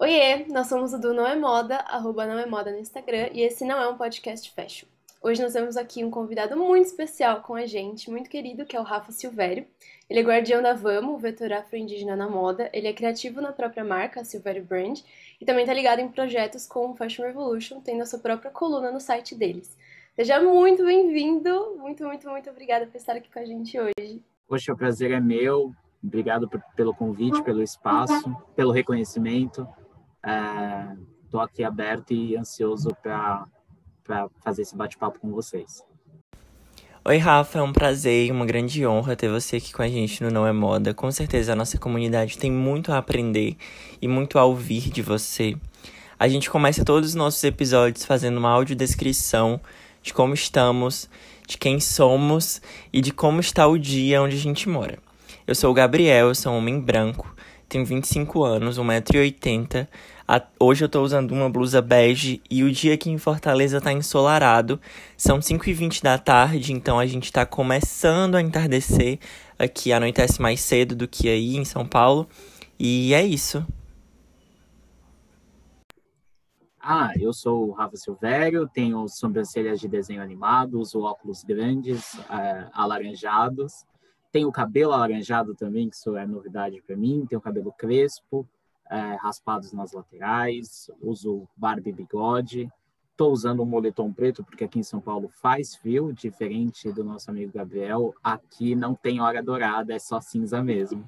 Oiê, nós somos o do Não é Moda, arroba Não é Moda no Instagram, e esse não é um podcast fashion. Hoje nós temos aqui um convidado muito especial com a gente, muito querido, que é o Rafa Silvério. Ele é guardião da Vamo, o vetor afro-indígena na moda, ele é criativo na própria marca, a Silvério Brand, e também está ligado em projetos com o Fashion Revolution, tendo a sua própria coluna no site deles. Seja muito bem-vindo, muito obrigada por estar aqui com a gente hoje. Poxa, o prazer é meu. Obrigado pelo convite, pelo espaço, pelo reconhecimento. Estou aqui aberto e ansioso para fazer esse bate-papo com vocês. Oi, Rafa, é um prazer e uma grande honra ter você aqui com a gente no Não é Moda. Com certeza a nossa comunidade tem muito a aprender e muito a ouvir de você. A gente começa todos os nossos episódios fazendo uma audiodescrição de como estamos, de quem somos e de como está o dia onde a gente mora. Eu sou o Gabriel, eu sou um homem branco, tenho 25 anos, 1,80 m. Hoje eu tô usando uma blusa bege e o dia aqui em Fortaleza tá ensolarado. São 5h20 da tarde, então a gente tá começando a entardecer. Aqui anoitece mais cedo do que aí em São Paulo. E é isso. Eu sou o Rafa Silvério, tenho sobrancelhas de desenho animado, uso óculos grandes, alaranjados. Tenho cabelo alaranjado também, que isso é novidade para mim. Tenho cabelo crespo, raspados nas laterais, uso barba e bigode. Estou usando um moletom preto, porque aqui em São Paulo faz frio, diferente do nosso amigo Gabriel. Aqui não tem hora dourada, é só cinza mesmo.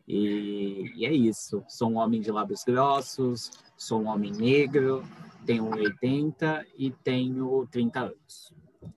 E é isso. Sou um homem de lábios grossos, sou um homem negro, tenho 1,80 e tenho 30 anos.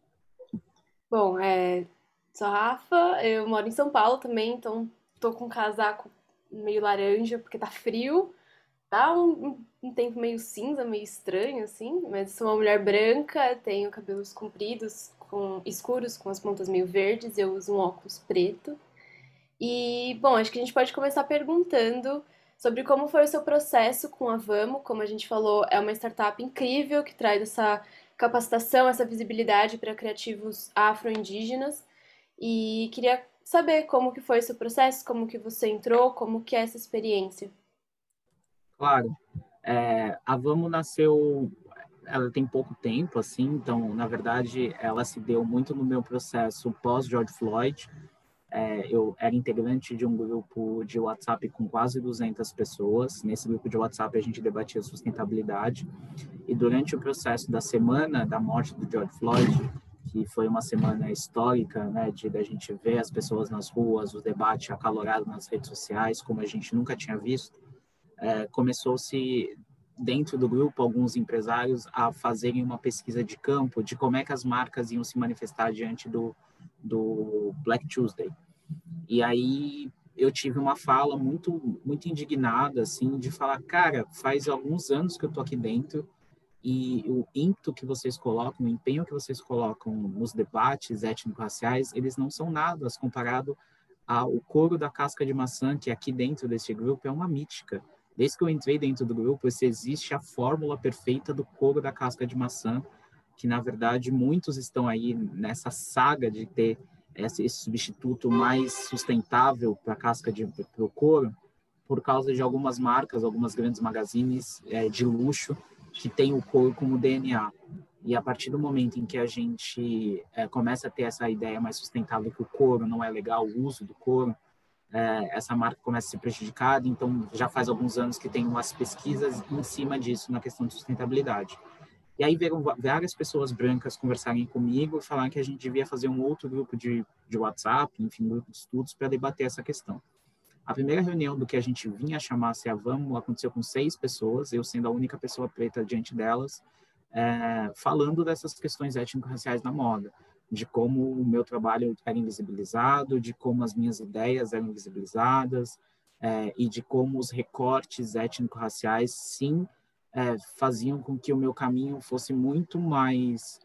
Bom, sou a Rafa, eu moro em São Paulo também, então tô com um casaco meio laranja porque tá frio. Tá um tempo meio cinza, meio estranho, assim, mas sou uma mulher branca, tenho cabelos compridos, escuros, com as pontas meio verdes, eu uso um óculos preto. E, bom, acho que a gente pode começar perguntando sobre como foi o seu processo com a Vamo. Como a gente falou, é uma startup incrível que traz essa capacitação, essa visibilidade para criativos afro-indígenas. E queria saber como que foi o seu processo, como que você entrou, como que é essa experiência. Claro, a Vamo nasceu, ela tem pouco tempo, assim, então, na verdade, ela se deu muito no meu processo pós-George Floyd. Eu era integrante de um grupo de WhatsApp com quase 200 pessoas. Nesse grupo de WhatsApp, a gente debatia sustentabilidade. E durante o processo da semana da morte do George Floyd, que foi uma semana histórica, né, da gente ver as pessoas nas ruas, o debate acalorado nas redes sociais, como a gente nunca tinha visto, começou-se dentro do grupo alguns empresários a fazerem uma pesquisa de campo de como é que as marcas iam se manifestar diante do Black Tuesday. E aí eu tive uma fala muito indignada, assim, de falar, cara, faz alguns anos que eu tô aqui dentro e o ímpeto que vocês colocam, o empenho que vocês colocam nos debates étnico-raciais, eles não são nada comparado ao couro da casca de maçã, que aqui dentro desse grupo é uma mítica. Desde que eu entrei dentro do grupo, existe a fórmula perfeita do couro da casca de maçã, que na verdade muitos estão aí nessa saga de ter esse substituto mais sustentável para a casca para o couro, por causa de algumas marcas, algumas grandes magazines de luxo que tem o couro como DNA. E a partir do momento em que a gente começa a ter essa ideia mais sustentável que o couro não é legal, o uso do couro, essa marca começa a ser prejudicada. Então, já faz alguns anos que tem umas pesquisas em cima disso na questão de sustentabilidade. E aí veio várias pessoas brancas conversarem comigo e falaram que a gente devia fazer um outro grupo de WhatsApp, enfim, um grupo de estudos para debater essa questão. A primeira reunião do que a gente vinha chamar-se a Vamo aconteceu com 6 pessoas, eu sendo a única pessoa preta diante delas, falando dessas questões étnico-raciais na moda, de como o meu trabalho era invisibilizado, de como as minhas ideias eram invisibilizadas, e de como os recortes étnico-raciais, sim, faziam com que o meu caminho fosse muito mais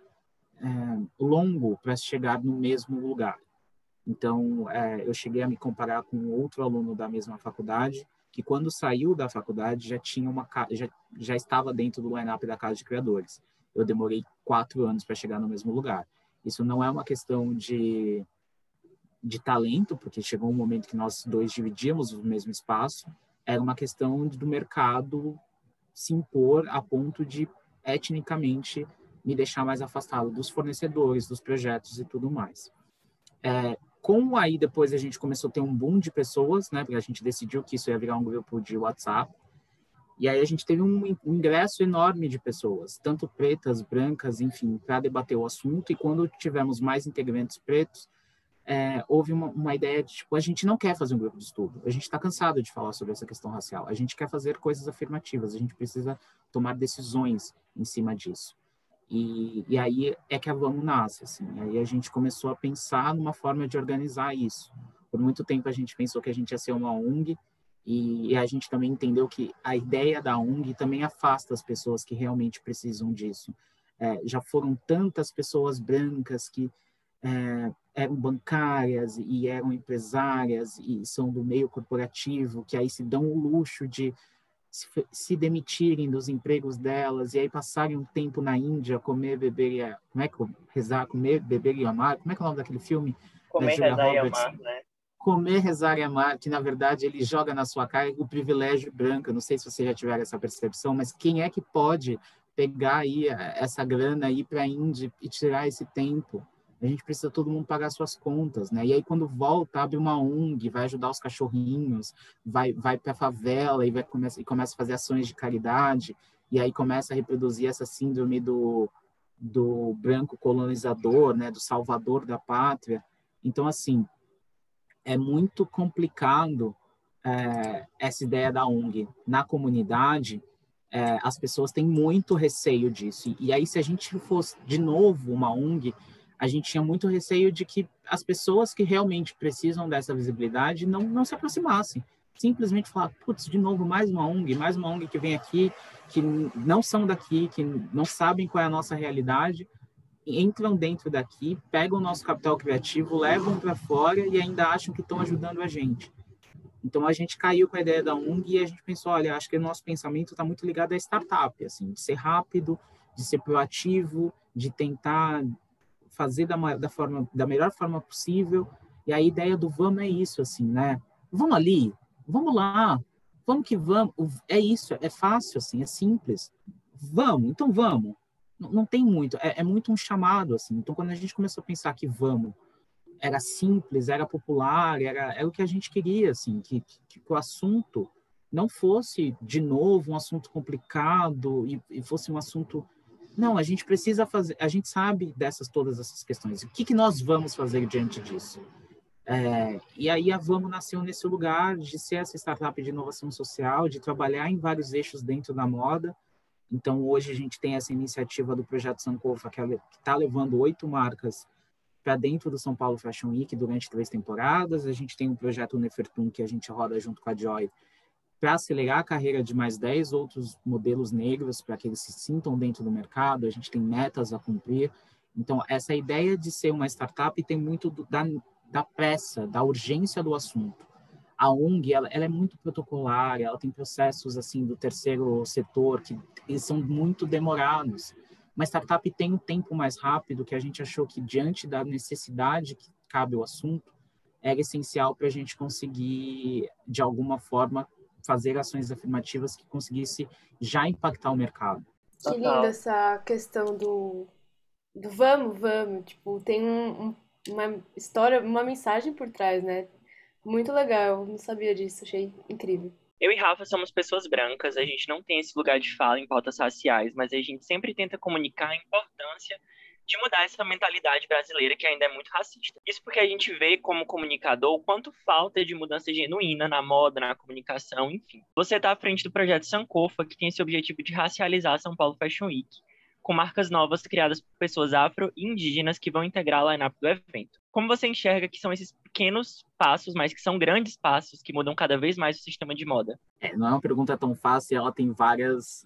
longo para chegar no mesmo lugar. Então, eu cheguei a me comparar com outro aluno da mesma faculdade, que quando saiu da faculdade já tinha já estava dentro do line-up da Casa de Criadores. Eu demorei 4 anos para chegar no mesmo lugar. Isso não é uma questão de talento, porque chegou um momento que nós dois dividíamos o mesmo espaço, era uma questão do mercado se impor a ponto de, etnicamente, me deixar mais afastado dos fornecedores, dos projetos e tudo mais. Como aí depois a gente começou a ter um boom de pessoas, né, porque a gente decidiu que isso ia virar um grupo de WhatsApp, e aí a gente teve um ingresso enorme de pessoas, tanto pretas, brancas, enfim, para debater o assunto, e quando tivemos mais integrantes pretos, houve uma ideia de, tipo, a gente não quer fazer um grupo de estudo, a gente está cansado de falar sobre essa questão racial, a gente quer fazer coisas afirmativas, a gente precisa tomar decisões em cima disso. E aí é que a Vamos nasce, assim. Aí a gente começou a pensar numa forma de organizar isso. Por muito tempo a gente pensou que a gente ia ser uma ONG, e a gente também entendeu que a ideia da ONG também afasta as pessoas que realmente precisam disso. Já foram tantas pessoas brancas que eram bancárias e eram empresárias e são do meio corporativo, que aí se dão o luxo de se demitirem dos empregos delas e aí passarem um tempo na Índia, comer, beber e como é que rezar, comer, beber e amar, como é que é o nome daquele filme da Comer, Julia rezar e Roberts? amar, né? Comer, rezar e amar, que na verdade ele joga na sua cara o privilégio branco. Não sei se você já tiver essa percepção, mas quem é que pode pegar aí essa grana e ir para a Índia e tirar esse tempo? A gente precisa todo mundo pagar suas contas, né? E aí quando volta, abre uma ONG, vai ajudar os cachorrinhos, vai para a favela e começa a fazer ações de caridade, e aí começa a reproduzir essa síndrome do branco colonizador, né? Do salvador da pátria. Então, assim, é muito complicado essa ideia da ONG na comunidade. As pessoas têm muito receio disso. E aí, se a gente fosse de novo uma ONG, a gente tinha muito receio de que as pessoas que realmente precisam dessa visibilidade não se aproximassem. Simplesmente falar, putz, de novo, mais uma ONG que vem aqui, que não são daqui, que não sabem qual é a nossa realidade, entram dentro daqui, pegam o nosso capital criativo, levam para fora e ainda acham que estão ajudando a gente. Então a gente caiu com a ideia da ONG e a gente pensou, olha, acho que o nosso pensamento está muito ligado à startup, assim, de ser rápido, de ser proativo, de tentar fazer da melhor forma possível. E a ideia do vamos é isso, assim, né? Vamos ali, vamos lá, vamos que vamos. É isso, é fácil, assim, é simples. Vamos, então vamos. Não tem muito, é muito um chamado, assim. Então, quando a gente começou a pensar que vamos, era simples, era popular, era o que a gente queria, assim, que o assunto não fosse, de novo, um assunto complicado e fosse um assunto... Não, a gente precisa fazer, a gente sabe todas essas questões. O que nós vamos fazer diante disso? E aí a Vamos nasceu nesse lugar de ser essa startup de inovação social, de trabalhar em vários eixos dentro da moda. Então, hoje a gente tem essa iniciativa do Projeto Sankofa, que está levando 8 marcas para dentro do São Paulo Fashion Week durante 3 temporadas. A gente tem um projeto Nefertum que a gente roda junto com a Joy para acelerar a carreira de mais 10 outros modelos negros para que eles se sintam dentro do mercado. A gente tem metas a cumprir. Então, essa ideia de ser uma startup tem muito da pressa, da urgência do assunto. A ONG, ela é muito protocolar, ela tem processos assim do terceiro setor que eles são muito demorados. Uma startup tem um tempo mais rápido que a gente achou que, diante da necessidade que cabe o assunto, era essencial para a gente conseguir, de alguma forma, fazer ações afirmativas que conseguisse já impactar o mercado. Que linda essa questão do vamos, tipo, tem uma história, uma mensagem por trás, né? Muito legal, não sabia disso, achei incrível. Eu e Rafa somos pessoas brancas, a gente não tem esse lugar de fala em pautas raciais, mas a gente sempre tenta comunicar a importância de mudar essa mentalidade brasileira que ainda é muito racista. Isso porque a gente vê como comunicador o quanto falta de mudança genuína na moda, na comunicação, enfim. Você está à frente do projeto Sankofa, que tem esse objetivo de racializar São Paulo Fashion Week, com marcas novas criadas por pessoas afro e indígenas que vão integrar a line-up do evento. Como você enxerga que são esses pequenos passos, mas que são grandes passos, que mudam cada vez mais o sistema de moda? Não é uma pergunta tão fácil, ela tem várias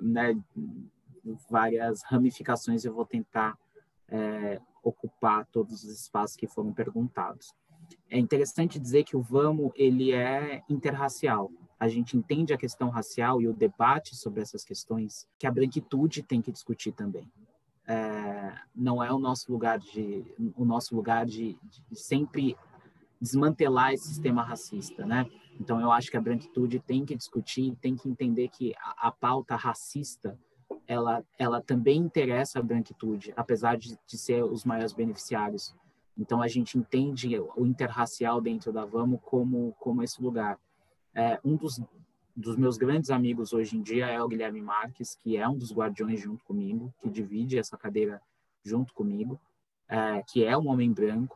ramificações. Eu vou tentar ocupar todos os espaços que foram perguntados. É interessante dizer que o Vamos, ele é interracial. A gente entende a questão racial e o debate sobre essas questões que a branquitude tem que discutir também. Não é o nosso lugar de sempre desmantelar esse sistema racista, né? Então, eu acho que a branquitude tem que discutir, tem que entender que a pauta racista, ela também interessa a branquitude, apesar de ser os maiores beneficiários. Então, a gente entende o interracial dentro da Vamos como esse lugar. Um dos meus grandes amigos hoje em dia é o Guilherme Marques, que é um dos guardiões junto comigo, que divide essa cadeira junto comigo, que é um homem branco,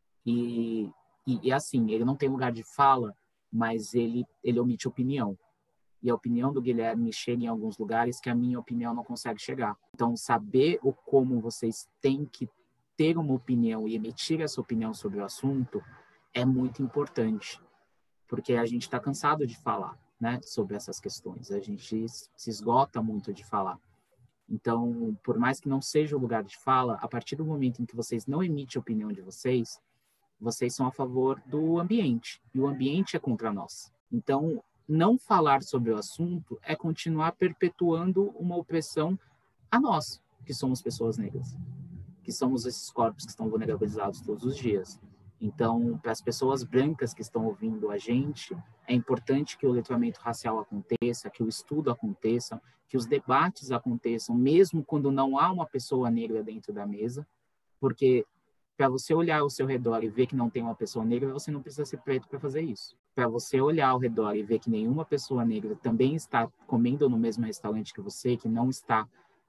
e assim, ele não tem lugar de fala, mas ele omite opinião. E a opinião do Guilherme chega em alguns lugares que a minha opinião não consegue chegar. Então, saber como vocês têm que ter uma opinião e emitir essa opinião sobre o assunto é muito importante, porque a gente está cansado de falar, né, sobre essas questões. A gente se esgota muito de falar. Então, por mais que não seja o lugar de fala, a partir do momento em que vocês não emitem a opinião de vocês são a favor do ambiente, e o ambiente é contra nós. Então, não falar sobre o assunto é continuar perpetuando uma opressão a nós, que somos pessoas negras, que somos esses corpos que estão vulnerabilizados todos os dias. Então, para as pessoas brancas que estão ouvindo a gente, é importante que o letramento racial aconteça, que o estudo aconteça, que os debates aconteçam, mesmo quando não há uma pessoa negra dentro da mesa, porque para você olhar ao seu redor e ver que não tem uma pessoa negra, você não precisa ser preto para fazer isso. Para você olhar ao redor e ver que nenhuma pessoa negra também está comendo no mesmo restaurante que você, que não está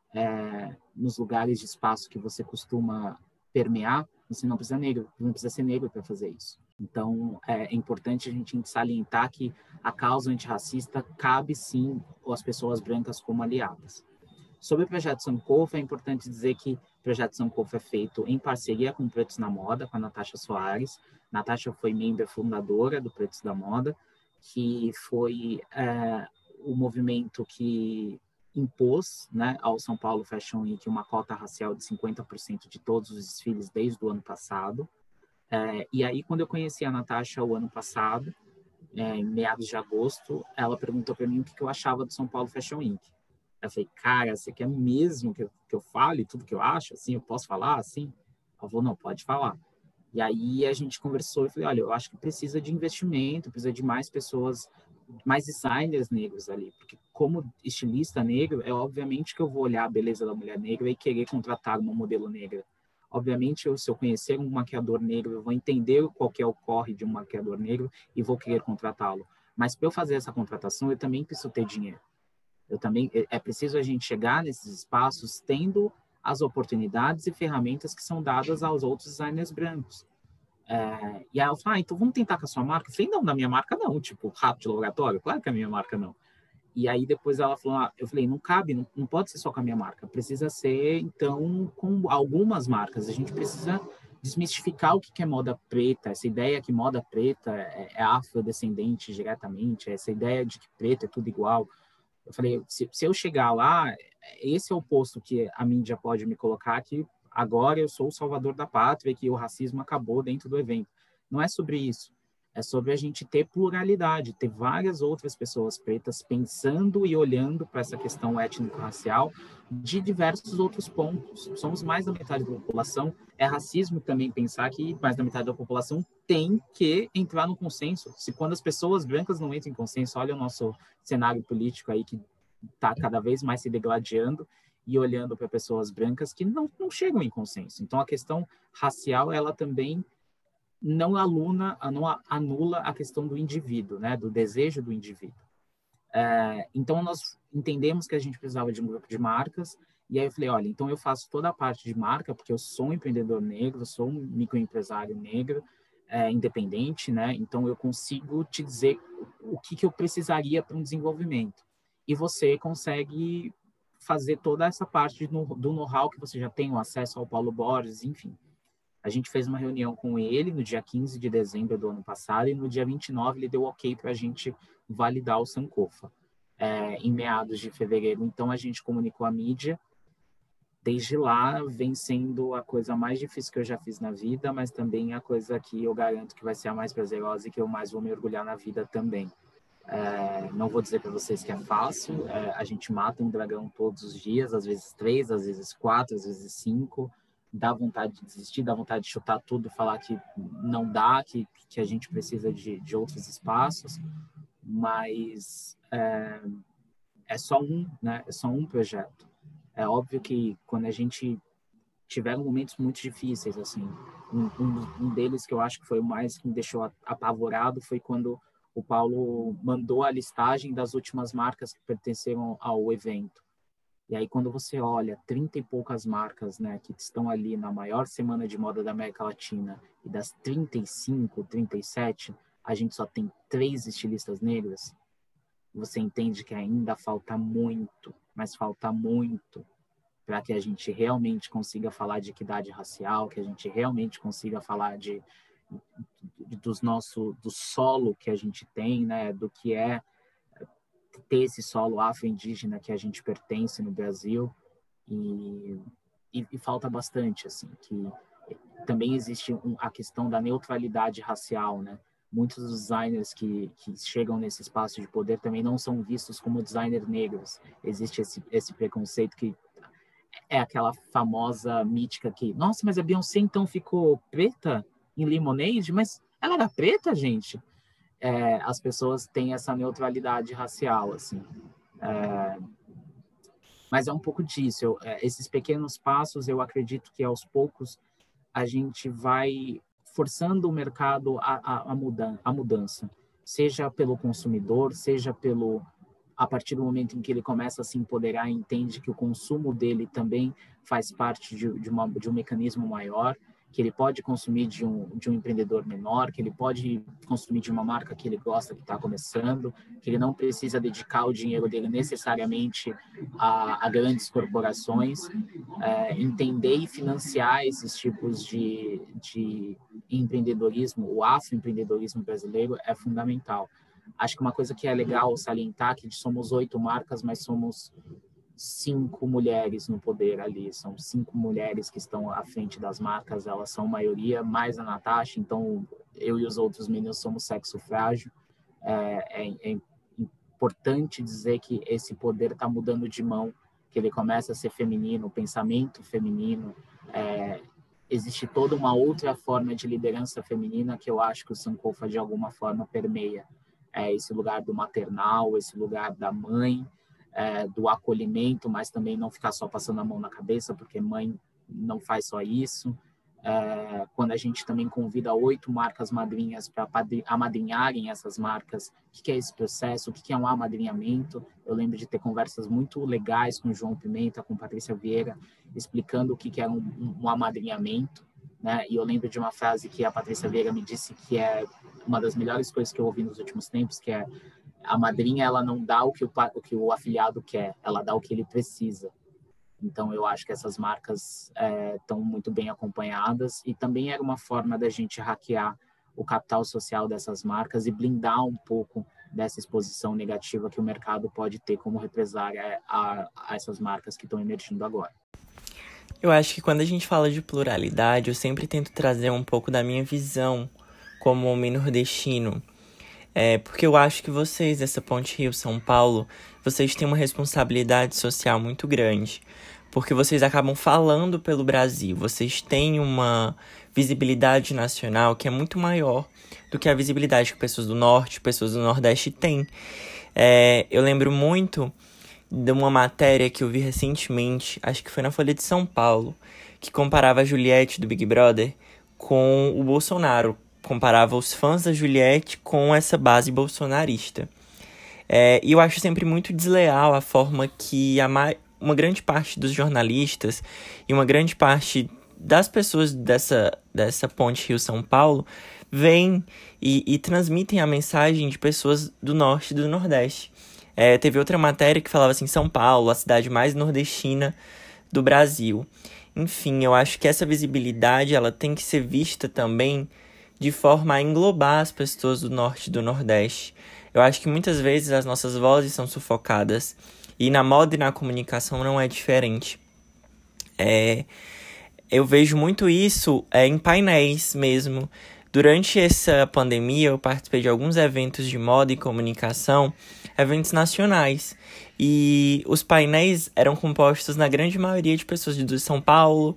nos lugares de espaço que você costuma permear, você não precisa ser negro para fazer isso. Então, é importante a gente salientar que a causa antirracista cabe sim às pessoas brancas como aliadas. Sobre o Projeto Sankofa, é importante dizer que o Projeto Sankofa é feito em parceria com o Pretos na Moda, com a Natasha Soares. Natasha foi membro fundadora do Pretos da Moda, que foi o movimento que impôs, né, ao São Paulo Fashion Week uma cota racial de 50% de todos os desfiles desde o ano passado. E aí, quando eu conheci a Natasha o ano passado, em meados de agosto, ela perguntou para mim o que eu achava do São Paulo Fashion Week. Eu falei, cara, você quer mesmo que eu fale tudo que eu acho? Assim, eu posso falar assim? Ela falou, não, pode falar. E aí a gente conversou e falei, olha, eu acho que precisa de investimento, precisa de mais pessoas, mais designers negros ali, porque como estilista negro, é obviamente que eu vou olhar a beleza da mulher negra e querer contratar uma modelo negra. Obviamente, se eu conhecer um maquiador negro, eu vou entender qual que é o corre de um maquiador negro e vou querer contratá-lo. Mas para eu fazer essa contratação, eu também preciso ter dinheiro. É preciso a gente chegar nesses espaços tendo as oportunidades e ferramentas que são dadas aos outros designers brancos. E aí eu falei, então vamos tentar com a sua marca? Eu falei, não, da minha marca não, tipo, rato de laboratório, claro que a minha marca não. E aí depois ela falou, eu falei, não cabe, não pode ser só com a minha marca, precisa ser, então, com algumas marcas. A gente precisa desmistificar o que é moda preta, essa ideia que moda preta é afrodescendente diretamente, essa ideia de que preto é tudo igual. Eu falei, se eu chegar lá, esse é o posto que a mídia pode me colocar, que agora eu sou o salvador da pátria e que o racismo acabou dentro do evento. Não é sobre isso. É sobre a gente ter pluralidade, ter várias outras pessoas pretas pensando e olhando para essa questão étnico-racial de diversos outros pontos. Somos mais da metade da população. É racismo também pensar que mais da metade da população tem que entrar no consenso. Se quando as pessoas brancas não entram em consenso, olha o nosso cenário político aí que está cada vez mais se degladiando e olhando para pessoas brancas que não chegam em consenso. Então, a questão racial, ela também não anula a questão do indivíduo, né, do desejo do indivíduo. Então, nós entendemos que a gente precisava de um grupo de marcas, e aí eu falei, olha, então eu faço toda a parte de marca, porque eu sou um empreendedor negro, sou um microempresário negro, independente, né, então eu consigo te dizer o que eu precisaria para um desenvolvimento. E você consegue fazer toda essa parte do know-how que você já tem, o acesso ao Paulo Borges, enfim. A gente fez uma reunião com ele no dia 15 de dezembro do ano passado e no dia 29 ele deu ok para a gente validar o Sankofa, em meados de fevereiro. Então, a gente comunicou à mídia. Desde lá, vem sendo a coisa mais difícil que eu já fiz na vida, mas também a coisa que eu garanto que vai ser a mais prazerosa e que eu mais vou me orgulhar na vida também. Não vou dizer para vocês que é fácil. A gente mata um dragão todos os dias, às vezes 3, às vezes 4, às vezes 5. dá vontade de desistir, dá vontade de chutar tudo, falar que não dá, que a gente precisa de outros espaços, mas é só um, né? É só um projeto. É óbvio que quando a gente tiver momentos muito difíceis, assim, um deles que eu acho que foi o mais que me deixou apavorado foi quando o Paulo mandou a listagem das últimas marcas que pertenceram ao evento. E aí, quando você olha 30 e poucas marcas, né, que estão ali na maior semana de moda da América Latina, e das 35, 37, a gente só tem 3 estilistas negras, você entende que ainda falta muito, mas falta muito para que a gente realmente consiga falar de equidade racial, que a gente realmente consiga falar do solo que a gente tem, né, do que é ter esse solo afro-indígena que a gente pertence no Brasil, e falta bastante, assim, que também existe a questão da neutralidade racial, né? Muitos dos designers que chegam nesse espaço de poder também não são vistos como designers negros. Existe esse preconceito que é aquela famosa mítica que, nossa, mas a Beyoncé então ficou preta em Lemonade? Mas ela era preta, gente? As pessoas têm essa neutralidade racial, assim. Mas é um pouco disso. Esses pequenos passos, eu acredito que aos poucos a gente vai forçando o mercado a mudança, seja pelo consumidor, seja a partir do momento em que ele começa a se empoderar e entende que o consumo dele também faz parte de um mecanismo maior, que ele pode consumir de um empreendedor menor, que ele pode consumir de uma marca que ele gosta, que está começando, que ele não precisa dedicar o dinheiro dele necessariamente a grandes corporações, entender e financiar esses tipos de empreendedorismo, o afroempreendedorismo brasileiro é fundamental. Acho que uma coisa que é legal salientar é que somos 8 marcas, mas somos 5 mulheres no poder ali. São 5 mulheres que estão à frente das marcas. Elas são maioria, mais a Natasha. Então, eu e os outros meninos somos sexo frágil. É importante dizer que esse poder está mudando de mão, que ele começa a ser feminino, o pensamento feminino. Existe toda uma outra forma de liderança feminina que eu acho que o Sankofa, de alguma forma, permeia. Esse lugar do maternal, esse lugar da mãe, do acolhimento, mas também não ficar só passando a mão na cabeça, porque mãe não faz só isso. Quando a gente também convida 8 marcas madrinhas para amadrinharem essas marcas, o que é esse processo, o que é um amadrinhamento. Eu lembro de ter conversas muito legais com o João Pimenta, com Patrícia Vieira, explicando o que é um amadrinhamento, né? E eu lembro de uma frase que a Patrícia Vieira me disse que é uma das melhores coisas que eu ouvi nos últimos tempos, que é: a madrinha, ela não dá o que o afiliado quer, ela dá o que ele precisa. Então, eu acho que essas marcas estão muito bem acompanhadas, e também era uma forma da gente hackear o capital social dessas marcas e blindar um pouco dessa exposição negativa que o mercado pode ter como represária a essas marcas que estão emergindo agora. Eu acho que quando a gente fala de pluralidade, eu sempre tento trazer um pouco da minha visão como homem nordestino. Porque eu acho que vocês, dessa Ponte Rio-São Paulo, vocês têm uma responsabilidade social muito grande. Porque vocês acabam falando pelo Brasil. Vocês têm uma visibilidade nacional que é muito maior do que a visibilidade que pessoas do Norte, pessoas do Nordeste têm. Eu lembro muito de uma matéria que eu vi recentemente, acho que foi na Folha de São Paulo, que comparava a Juliette do Big Brother com o Bolsonaro. Comparava os fãs da Juliette com essa base bolsonarista. E eu acho sempre muito desleal a forma que uma grande parte dos jornalistas e uma grande parte das pessoas dessa Ponte Rio-São Paulo vêm e transmitem a mensagem de pessoas do Norte e do Nordeste. Teve outra matéria que falava assim: São Paulo, a cidade mais nordestina do Brasil. Enfim, eu acho que essa visibilidade ela tem que ser vista também de forma a englobar as pessoas do Norte e do Nordeste. Eu acho que muitas vezes as nossas vozes são sufocadas, e na moda e na comunicação não é diferente. Eu vejo muito isso em painéis mesmo. Durante essa pandemia, eu participei de alguns eventos de moda e comunicação, eventos nacionais. E os painéis eram compostos, na grande maioria, de pessoas de São Paulo,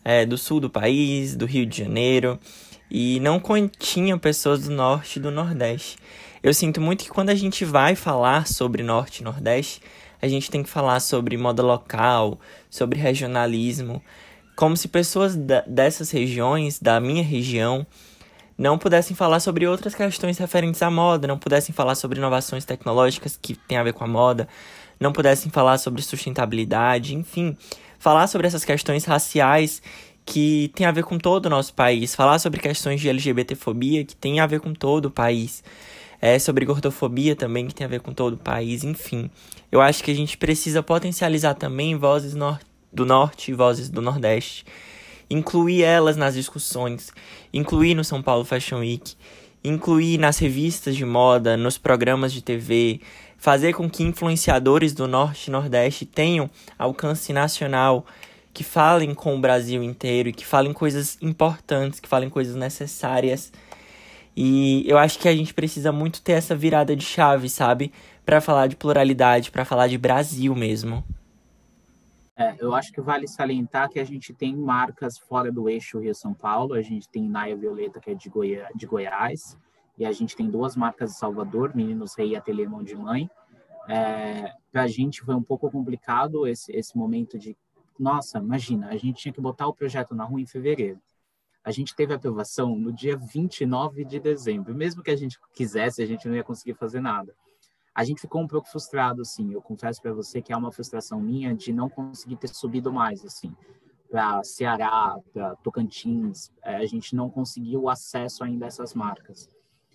do sul do país, do Rio de Janeiro, e não continham pessoas do norte e do nordeste. Eu sinto muito que quando a gente vai falar sobre norte e nordeste, a gente tem que falar sobre moda local, sobre regionalismo, como se pessoas dessas regiões, da minha região, não pudessem falar sobre outras questões referentes à moda, não pudessem falar sobre inovações tecnológicas que têm a ver com a moda, não pudessem falar sobre sustentabilidade, enfim, falar sobre essas questões raciais que têm a ver com todo o nosso país, falar sobre questões de LGBTfobia que têm a ver com todo o país, sobre gordofobia também que tem a ver com todo o país, enfim. Eu acho que a gente precisa potencializar também vozes do norte e vozes do nordeste, incluir elas nas discussões, incluir no São Paulo Fashion Week, incluir nas revistas de moda, nos programas de TV, fazer com que influenciadores do Norte e Nordeste tenham alcance nacional, que falem com o Brasil inteiro e que falem coisas importantes, que falem coisas necessárias. E eu acho que a gente precisa muito ter essa virada de chave, sabe? Pra falar de pluralidade, pra falar de Brasil mesmo. Eu acho que vale salientar que a gente tem marcas fora do eixo Rio-São Paulo. A gente tem Naia Violeta, que é de Goiás, e a gente tem 2 marcas de Salvador, Meninos Rei e Ateliê Mão de Mãe. Para a gente foi um pouco complicado esse momento de, nossa, imagina, a gente tinha que botar o projeto na rua em fevereiro. A gente teve a aprovação no dia 29 de dezembro. Mesmo que a gente quisesse, a gente não ia conseguir fazer nada. A gente ficou um pouco frustrado, assim. Eu confesso para você que é uma frustração minha de não conseguir ter subido mais, assim, para Ceará, para Tocantins. A gente não conseguiu acesso ainda a essas marcas.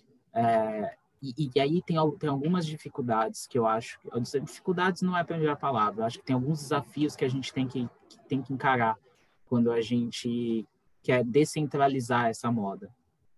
E aí tem algumas dificuldades que eu acho... Dificuldades não é a primeira palavra. Eu acho que tem alguns desafios que a gente tem que encarar quando a gente quer descentralizar essa moda.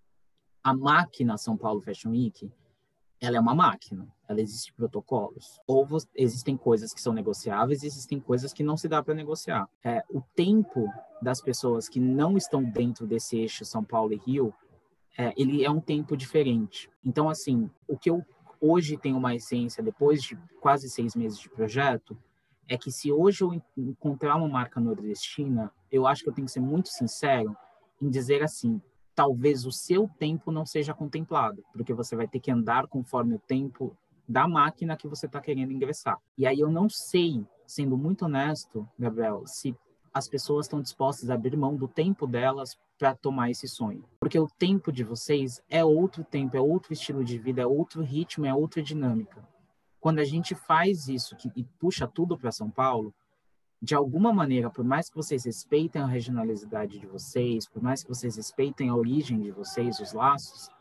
A máquina São Paulo Fashion Week, ela é uma máquina, ela existe protocolos. Ou existem coisas que são negociáveis, existem coisas que não se dá para negociar. O tempo das pessoas que não estão dentro desse eixo São Paulo e Rio, ele é um tempo diferente. Então, assim, o que eu hoje tenho uma essência, depois de quase 6 meses de projeto, é que se hoje eu encontrar uma marca nordestina, eu acho que eu tenho que ser muito sincero em dizer assim, talvez o seu tempo não seja contemplado, porque você vai ter que andar conforme o tempo da máquina que você está querendo ingressar. E aí eu não sei, sendo muito honesto, Gabriel, se as pessoas estão dispostas a abrir mão do tempo delas para tomar esse sonho. Porque o tempo de vocês é outro tempo, é outro estilo de vida, é outro ritmo, é outra dinâmica. Quando a gente faz isso e puxa tudo para São Paulo, de alguma maneira, por mais que vocês respeitem a regionalidade de vocês, por mais que vocês respeitem a origem de vocês, os laços,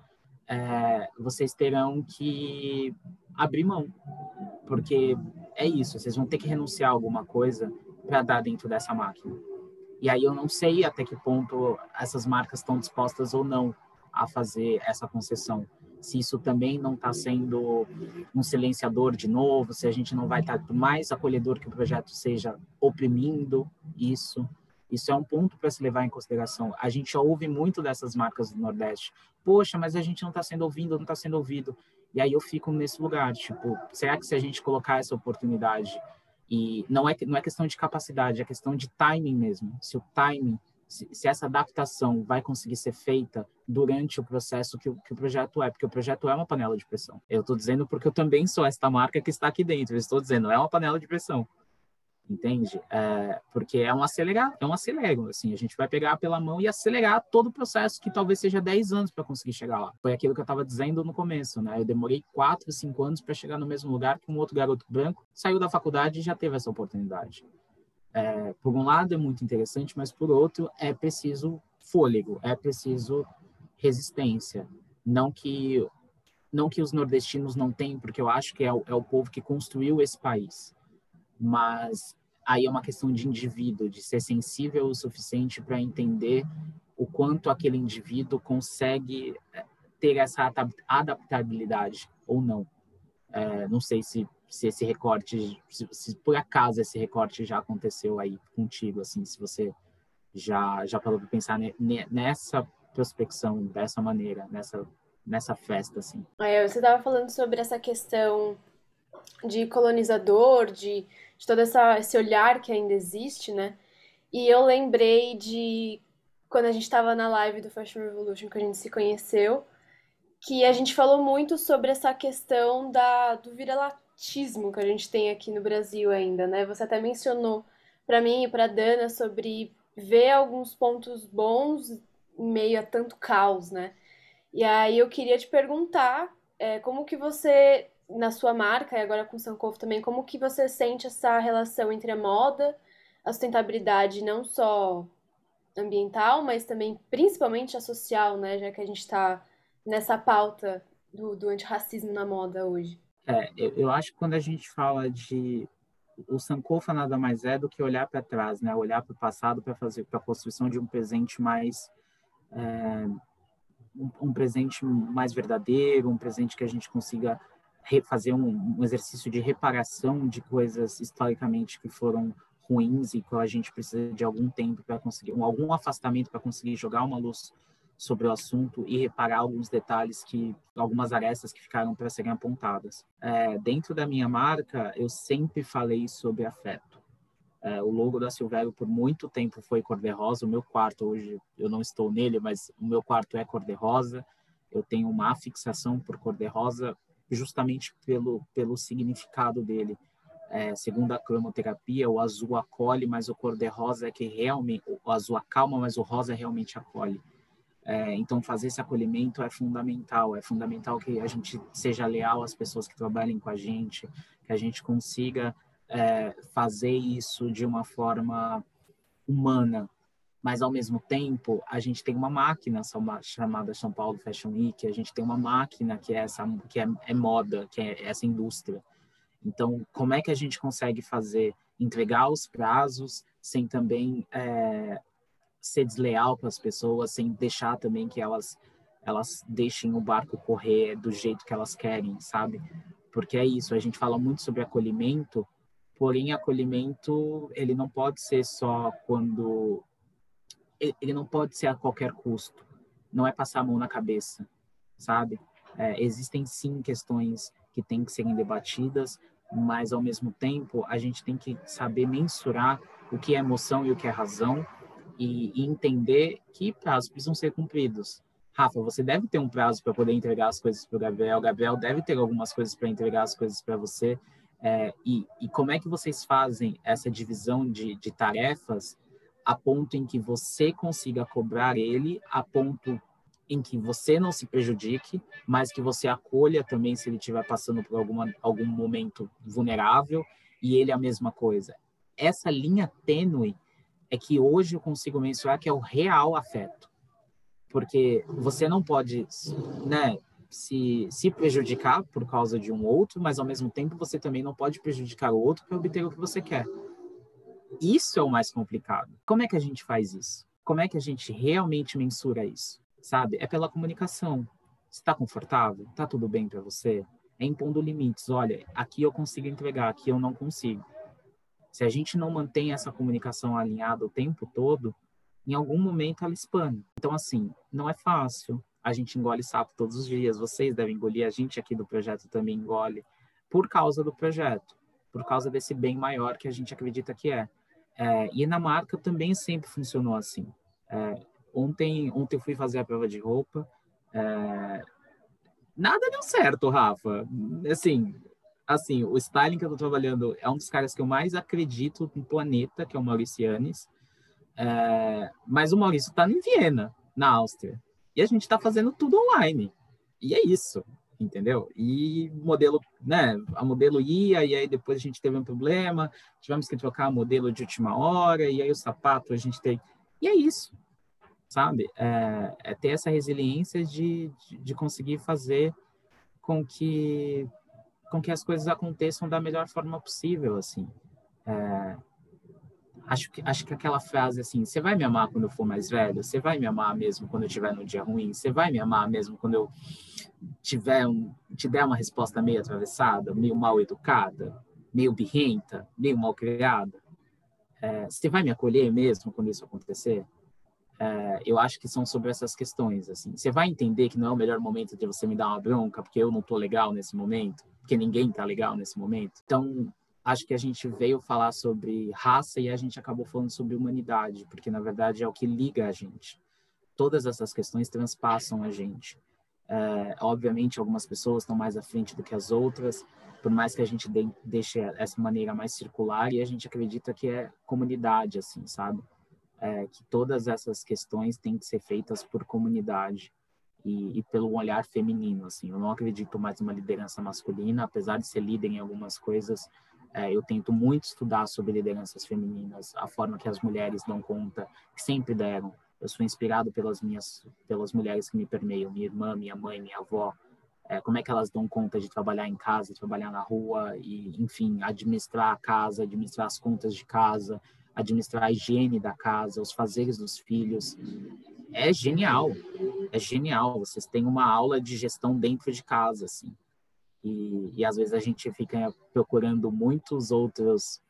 vocês terão que abrir mão. Porque é isso, vocês vão ter que renunciar a alguma coisa para dar dentro dessa máquina. E aí eu não sei até que ponto essas marcas estão dispostas ou não a fazer essa concessão. Se isso também não está sendo um silenciador de novo, se a gente não vai estar, por mais acolhedor que o projeto seja, oprimindo isso. Isso é um ponto para se levar em consideração. A gente ouve muito dessas marcas do Nordeste. Poxa, mas a gente não está sendo ouvido, não está sendo ouvido. E aí eu fico nesse lugar, tipo, será que se a gente colocar essa oportunidade, e não é questão de capacidade, é questão de timing mesmo. Se o timing, se essa adaptação vai conseguir ser feita durante o processo que o projeto é, porque o projeto é uma panela de pressão. Eu estou dizendo porque eu também sou esta marca que está aqui dentro. Eu estou dizendo, é uma panela de pressão. Entende? Porque é um acelero, assim, a gente vai pegar pela mão e acelerar todo o processo que talvez seja 10 anos para conseguir chegar lá. Foi aquilo que eu estava dizendo no começo, né? Eu demorei 4, 5 anos para chegar no mesmo lugar que um outro garoto branco saiu da faculdade e já teve essa oportunidade. Por um lado é muito interessante, mas por outro é preciso fôlego, é preciso resistência. Não que os nordestinos não tenham, porque eu acho que é o povo que construiu esse país. Mas aí é uma questão de indivíduo, de ser sensível o suficiente para entender o quanto aquele indivíduo consegue ter essa adaptabilidade ou não. Não sei se esse recorte, se por acaso esse recorte já aconteceu aí contigo, assim, se você já parou para pensar nessa prospecção, dessa maneira, nessa festa, assim. Você estava falando sobre essa questão de colonizador, de todo esse olhar que ainda existe, né? E eu lembrei de quando a gente estava na live do Fashion Revolution, que a gente se conheceu, que a gente falou muito sobre essa questão do viralatismo que a gente tem aqui no Brasil ainda, né? Você até mencionou para mim e para Dana sobre ver alguns pontos bons em meio a tanto caos, né? E aí eu queria te perguntar, como que você, na sua marca, e agora com o Sankofa também, como que você sente essa relação entre a moda, a sustentabilidade, não só ambiental, mas também principalmente a social, né? Já que a gente está nessa pauta do antirracismo na moda hoje. Eu acho que quando a gente fala de o Sankofa nada mais é do que olhar para trás, né? Olhar para o passado para fazer para a construção de um presente mais um presente mais verdadeiro, um presente que a gente consiga fazer um exercício de reparação de coisas historicamente que foram ruins e que a gente precisa de algum tempo para conseguir, algum afastamento para conseguir jogar uma luz sobre o assunto e reparar alguns detalhes algumas arestas que ficaram para serem apontadas. Dentro da minha marca, eu sempre falei sobre afeto. O logo da Silvério por muito tempo foi cor-de-rosa. O meu quarto, hoje eu não estou nele, mas o meu quarto é cor-de-rosa. Eu tenho uma fixação por cor-de-rosa justamente pelo significado dele. Segundo a cromoterapia, o azul acolhe, mas o cor-de-rosa é que realmente... O azul acalma, mas o rosa realmente acolhe. Então, fazer esse acolhimento é fundamental. É fundamental que a gente seja leal às pessoas que trabalhem com a gente, que a gente consiga fazer isso de uma forma humana. Mas, ao mesmo tempo, a gente tem uma máquina chamada São Paulo Fashion Week, a gente tem uma máquina que é moda, que é essa indústria. Então, como é que a gente consegue entregar os prazos, sem também ser desleal com as pessoas, sem deixar também que elas deixem o barco correr do jeito que elas querem, sabe? Porque é isso, a gente fala muito sobre acolhimento, porém acolhimento, ele não pode ser só quando... Ele não pode ser a qualquer custo, não é passar a mão na cabeça, sabe? Existem sim questões que têm que serem debatidas, mas ao mesmo tempo a gente tem que saber mensurar o que é emoção e o que é razão, e entender que prazos precisam ser cumpridos. Rafa, você deve ter um prazo para poder entregar as coisas para o Gabriel deve ter algumas coisas para entregar as coisas para você. E como é que vocês fazem essa divisão de tarefas a ponto em que você consiga cobrar ele, a ponto em que você não se prejudique, mas que você acolha também se ele estiver passando por algum momento vulnerável, e ele a mesma coisa. Essa linha tênue é que hoje eu consigo mensurar que é o real afeto. Porque você não pode, né, se prejudicar por causa de um outro, mas ao mesmo tempo você também não pode prejudicar o outro para obter o que você quer. Isso é o mais complicado. Como é que a gente faz isso? Como é que a gente realmente mensura isso? Sabe? É pela comunicação. Você está confortável? Está tudo bem para você? É impondo limites. Olha, aqui eu consigo entregar, aqui eu não consigo. Se a gente não mantém essa comunicação alinhada o tempo todo, em algum momento ela espana. Então, assim, não é fácil. A gente engole sapo todos os dias. Vocês devem engolir, a gente aqui do projeto também engole, por causa do projeto, por causa desse bem maior que a gente acredita que é. E na marca também sempre funcionou assim. Ontem eu fui fazer a prova de roupa, nada deu certo, Rafa. Assim, o styling que eu tô trabalhando é um dos caras que eu mais acredito no planeta, que é o Maurício Yanes. Mas o Maurício está em Viena, na Áustria. E a gente está fazendo tudo online. E é isso, entendeu? E o modelo, né? A modelo ia, e aí depois a gente teve um problema, tivemos que trocar a modelo de última hora, e aí o sapato a gente tem. E é isso, sabe? Ter essa resiliência de conseguir fazer com que as coisas aconteçam da melhor forma possível, assim. Acho que aquela frase assim, você vai me amar quando eu for mais velho? Você vai me amar mesmo quando eu estiver no dia ruim? Você vai me amar mesmo quando eu te der uma resposta meio atravessada, meio mal educada, meio birrenta, meio mal criada? Você vai me acolher mesmo quando isso acontecer? Eu acho que são sobre essas questões, assim. Você vai entender que não é o melhor momento de você me dar uma bronca, porque eu não tô legal nesse momento, porque ninguém tá legal nesse momento. Então, acho que a gente veio falar sobre raça e a gente acabou falando sobre humanidade, porque, na verdade, é o que liga a gente. Todas essas questões transpassam a gente. Obviamente, algumas pessoas estão mais à frente do que as outras, por mais que a gente deixe essa maneira mais circular, e a gente acredita que é comunidade, assim, sabe? Que todas essas questões têm que ser feitas por comunidade e pelo olhar feminino, assim. Eu não acredito mais numa liderança masculina, apesar de ser líder em algumas coisas. Eu tento muito estudar sobre lideranças femininas, a forma que as mulheres dão conta, que sempre deram. Eu sou inspirado pelas mulheres que me permeiam, minha irmã, minha mãe, minha avó. Como é que elas dão conta de trabalhar em casa, trabalhar na rua e, enfim, administrar a casa, administrar as contas de casa, administrar a higiene da casa, os fazeres dos filhos. É genial, é genial. Vocês têm uma aula de gestão dentro de casa, assim. E às vezes a gente fica procurando muitos outros,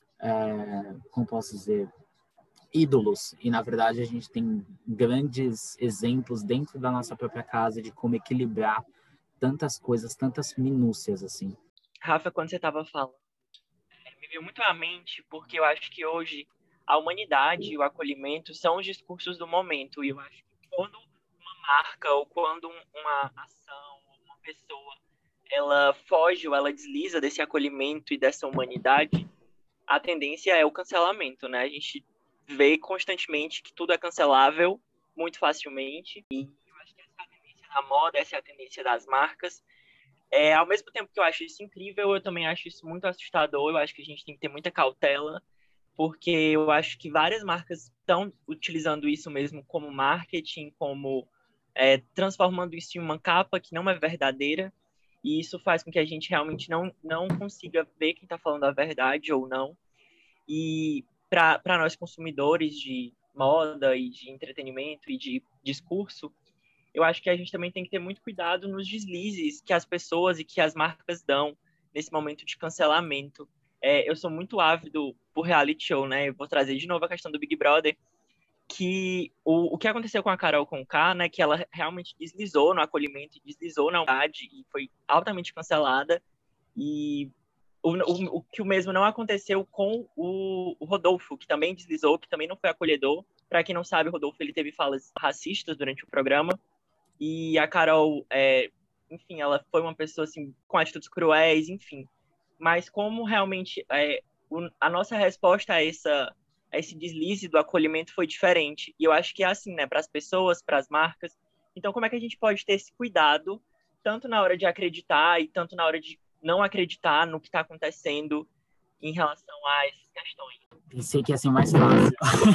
como posso dizer, ídolos. E, na verdade, a gente tem grandes exemplos dentro da nossa própria casa de como equilibrar tantas coisas, tantas minúcias, assim. Rafa, quando você estava falando, me veio muito à mente, porque eu acho que hoje a humanidade e o acolhimento são os discursos do momento. E eu acho que quando uma marca ou quando uma ação, uma pessoa, ela foge ou ela desliza desse acolhimento e dessa humanidade, a tendência é o cancelamento, né? A gente vê constantemente que tudo é cancelável muito facilmente. E eu acho que essa é a tendência da moda, essa é a tendência das marcas. Ao mesmo tempo que eu acho isso incrível, eu também acho isso muito assustador. Eu acho que a gente tem que ter muita cautela, porque eu acho que várias marcas estão utilizando isso mesmo como marketing, como transformando isso em uma capa que não é verdadeira, e isso faz com que a gente realmente não consiga ver quem está falando a verdade ou não. E para nós consumidores de moda e de entretenimento e de discurso, eu acho que a gente também tem que ter muito cuidado nos deslizes que as pessoas e que as marcas dão nesse momento de cancelamento. Eu sou muito ávido por reality show, né? Eu vou trazer de novo a questão do Big Brother, que o que aconteceu com a Carol Conká, né? Que ela realmente deslizou no acolhimento, deslizou na unidade e foi altamente cancelada. E o que o mesmo não aconteceu com o Rodolfo, que também deslizou, que também não foi acolhedor. Para quem não sabe, o Rodolfo ele teve falas racistas durante o programa. E a Carol, enfim, ela foi uma pessoa assim, com atitudes cruéis, enfim. Mas como realmente a nossa resposta a esse deslize do acolhimento foi diferente. E eu acho que é assim, né, para as pessoas, para as marcas. Então, como é que a gente pode ter esse cuidado, tanto na hora de acreditar e tanto na hora de não acreditar no que está acontecendo em relação a essas questões? Pensei que ia ser mais fácil.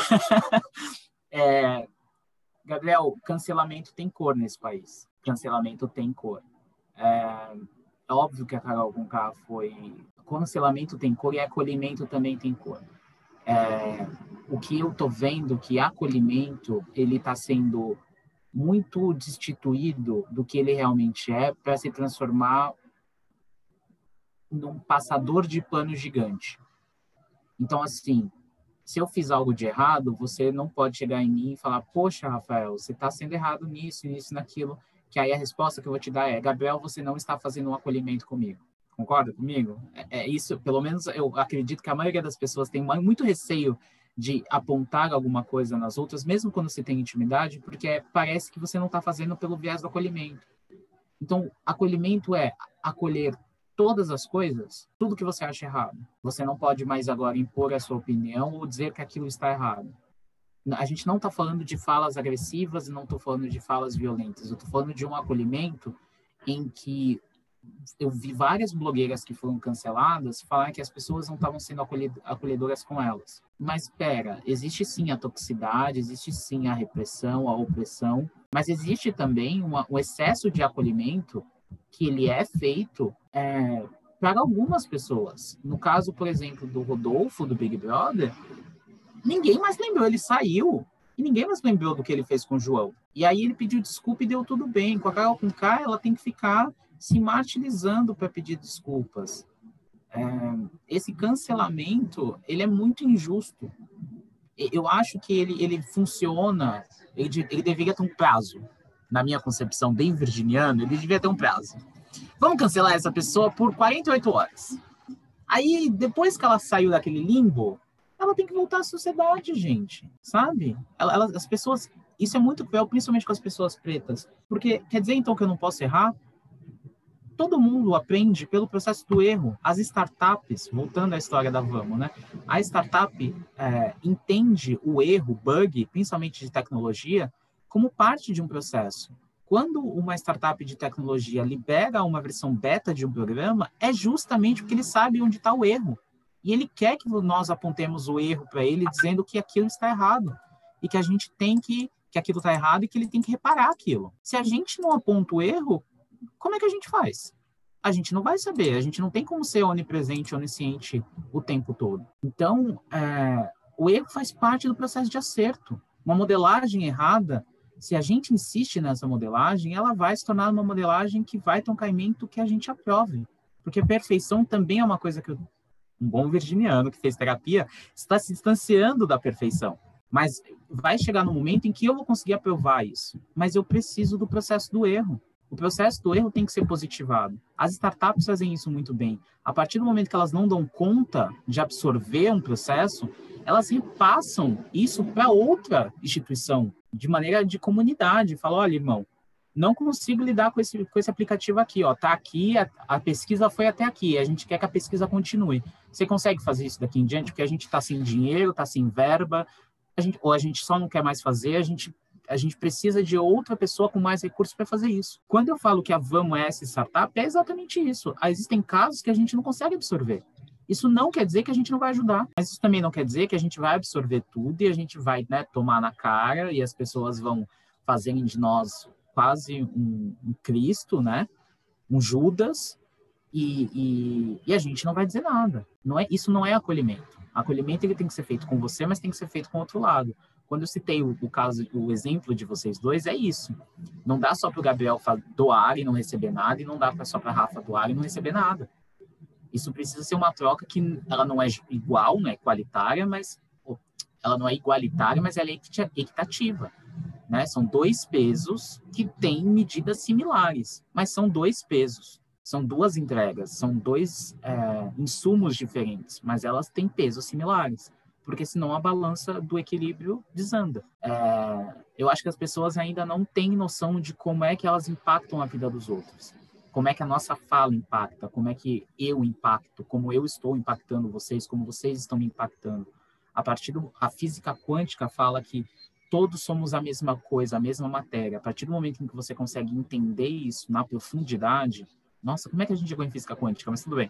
Gabriel, cancelamento tem cor nesse país. Cancelamento tem cor. É óbvio que a Carol Conká foi... Cancelamento tem cor e acolhimento também tem cor. O que eu tô vendo que acolhimento ele está sendo muito destituído do que ele realmente é para se transformar num passador de pano gigante. Então, assim, se eu fiz algo de errado, você não pode chegar em mim e falar, poxa, Rafael, você está sendo errado nisso, naquilo, que aí a resposta que eu vou te dar é, Gabriel, você não está fazendo um acolhimento comigo. Concorda comigo? Isso, pelo menos eu acredito que a maioria das pessoas tem muito receio de apontar alguma coisa nas outras, mesmo quando você tem intimidade, porque parece que você não está fazendo pelo viés do acolhimento. Então, acolhimento é acolher todas as coisas, tudo que você acha errado. Você não pode mais agora impor a sua opinião ou dizer que aquilo está errado. A gente não está falando de falas agressivas e não estou falando de falas violentas. Eu estou falando de um acolhimento em que eu vi várias blogueiras que foram canceladas falar que as pessoas não estavam sendo acolhedoras com elas. Mas espera, existe sim a toxicidade, existe sim a repressão, a opressão, mas existe também um excesso de acolhimento que ele é feito para algumas pessoas. No caso, por exemplo, do Rodolfo, do Big Brother, ninguém mais lembrou, ele saiu e ninguém mais lembrou do que ele fez com o João. E aí ele pediu desculpa e deu tudo bem. Com a Carol Conká, ela tem que ficar se martirizando para pedir desculpas. Esse cancelamento, ele é muito injusto. Eu acho que ele funciona, ele deveria ter um prazo. Na minha concepção, bem virginiano, ele devia ter um prazo. Vamos cancelar essa pessoa por 48 horas. Aí, depois que ela saiu daquele limbo, ela tem que voltar à sociedade, gente, sabe? As pessoas... Isso é muito cruel, principalmente com as pessoas pretas. Porque quer dizer, então, que eu não posso errar? Todo mundo aprende pelo processo do erro. As startups, voltando à história da Vamo, né? A startup entende o erro, bug, principalmente de tecnologia, como parte de um processo. Quando uma startup de tecnologia libera uma versão beta de um programa, é justamente porque ele sabe onde está o erro. E ele quer que nós apontemos o erro para ele, dizendo que aquilo está errado. E que a gente tem que aquilo está errado e que ele tem que reparar aquilo. Se a gente não aponta o erro, como é que a gente faz? A gente não vai saber, a gente não tem como ser onipresente, onisciente o tempo todo. Então, o erro faz parte do processo de acerto. Uma modelagem errada, se a gente insiste nessa modelagem, ela vai se tornar uma modelagem que vai ter um caimento que a gente aprove. Porque a perfeição também é uma coisa que um bom virginiano que fez terapia está se distanciando da perfeição. Mas vai chegar no momento em que eu vou conseguir aprovar isso. Mas eu preciso do processo do erro. O processo do erro tem que ser positivado. As startups fazem isso muito bem. A partir do momento que elas não dão conta de absorver um processo, elas repassam isso para outra instituição, de maneira de comunidade. Falam, olha, irmão, não consigo lidar com esse aplicativo aqui. Tá aqui, a pesquisa foi até aqui, a gente quer que a pesquisa continue. Você consegue fazer isso daqui em diante? Porque a gente está sem dinheiro, está sem verba, ou a gente só não quer mais fazer, a gente precisa de outra pessoa com mais recursos para fazer isso. Quando eu falo que a Vamo é essa startup, é exatamente isso. Existem casos que a gente não consegue absorver. Isso não quer dizer que a gente não vai ajudar, mas isso também não quer dizer que a gente vai absorver tudo e a gente vai, né, tomar na cara e as pessoas vão fazerem de nós quase um Cristo, né, um Judas, e a gente não vai dizer nada. Isso não é acolhimento. Acolhimento ele tem que ser feito com você, mas tem que ser feito com o outro lado. Quando eu citei o exemplo de vocês dois, é isso. Não dá só para o Gabriel doar e não receber nada, e não dá só para a Rafa doar e não receber nada. Isso precisa ser uma troca que ela não é igual, não é igualitária, mas ela não é igualitária, mas ela é equitativa. Né? São dois pesos que têm medidas similares, mas são dois pesos. São duas entregas, são dois insumos diferentes, mas elas têm pesos similares, porque senão a balança do equilíbrio desanda. Eu acho que as pessoas ainda não têm noção de como é que elas impactam a vida dos outros, como é que a nossa fala impacta, como é que eu impacto, como eu estou impactando vocês, como vocês estão me impactando. A física quântica fala que todos somos a mesma coisa, a mesma matéria. A partir do momento em que você consegue entender isso na profundidade... Nossa, como é que a gente chegou em física quântica? Mas tudo bem.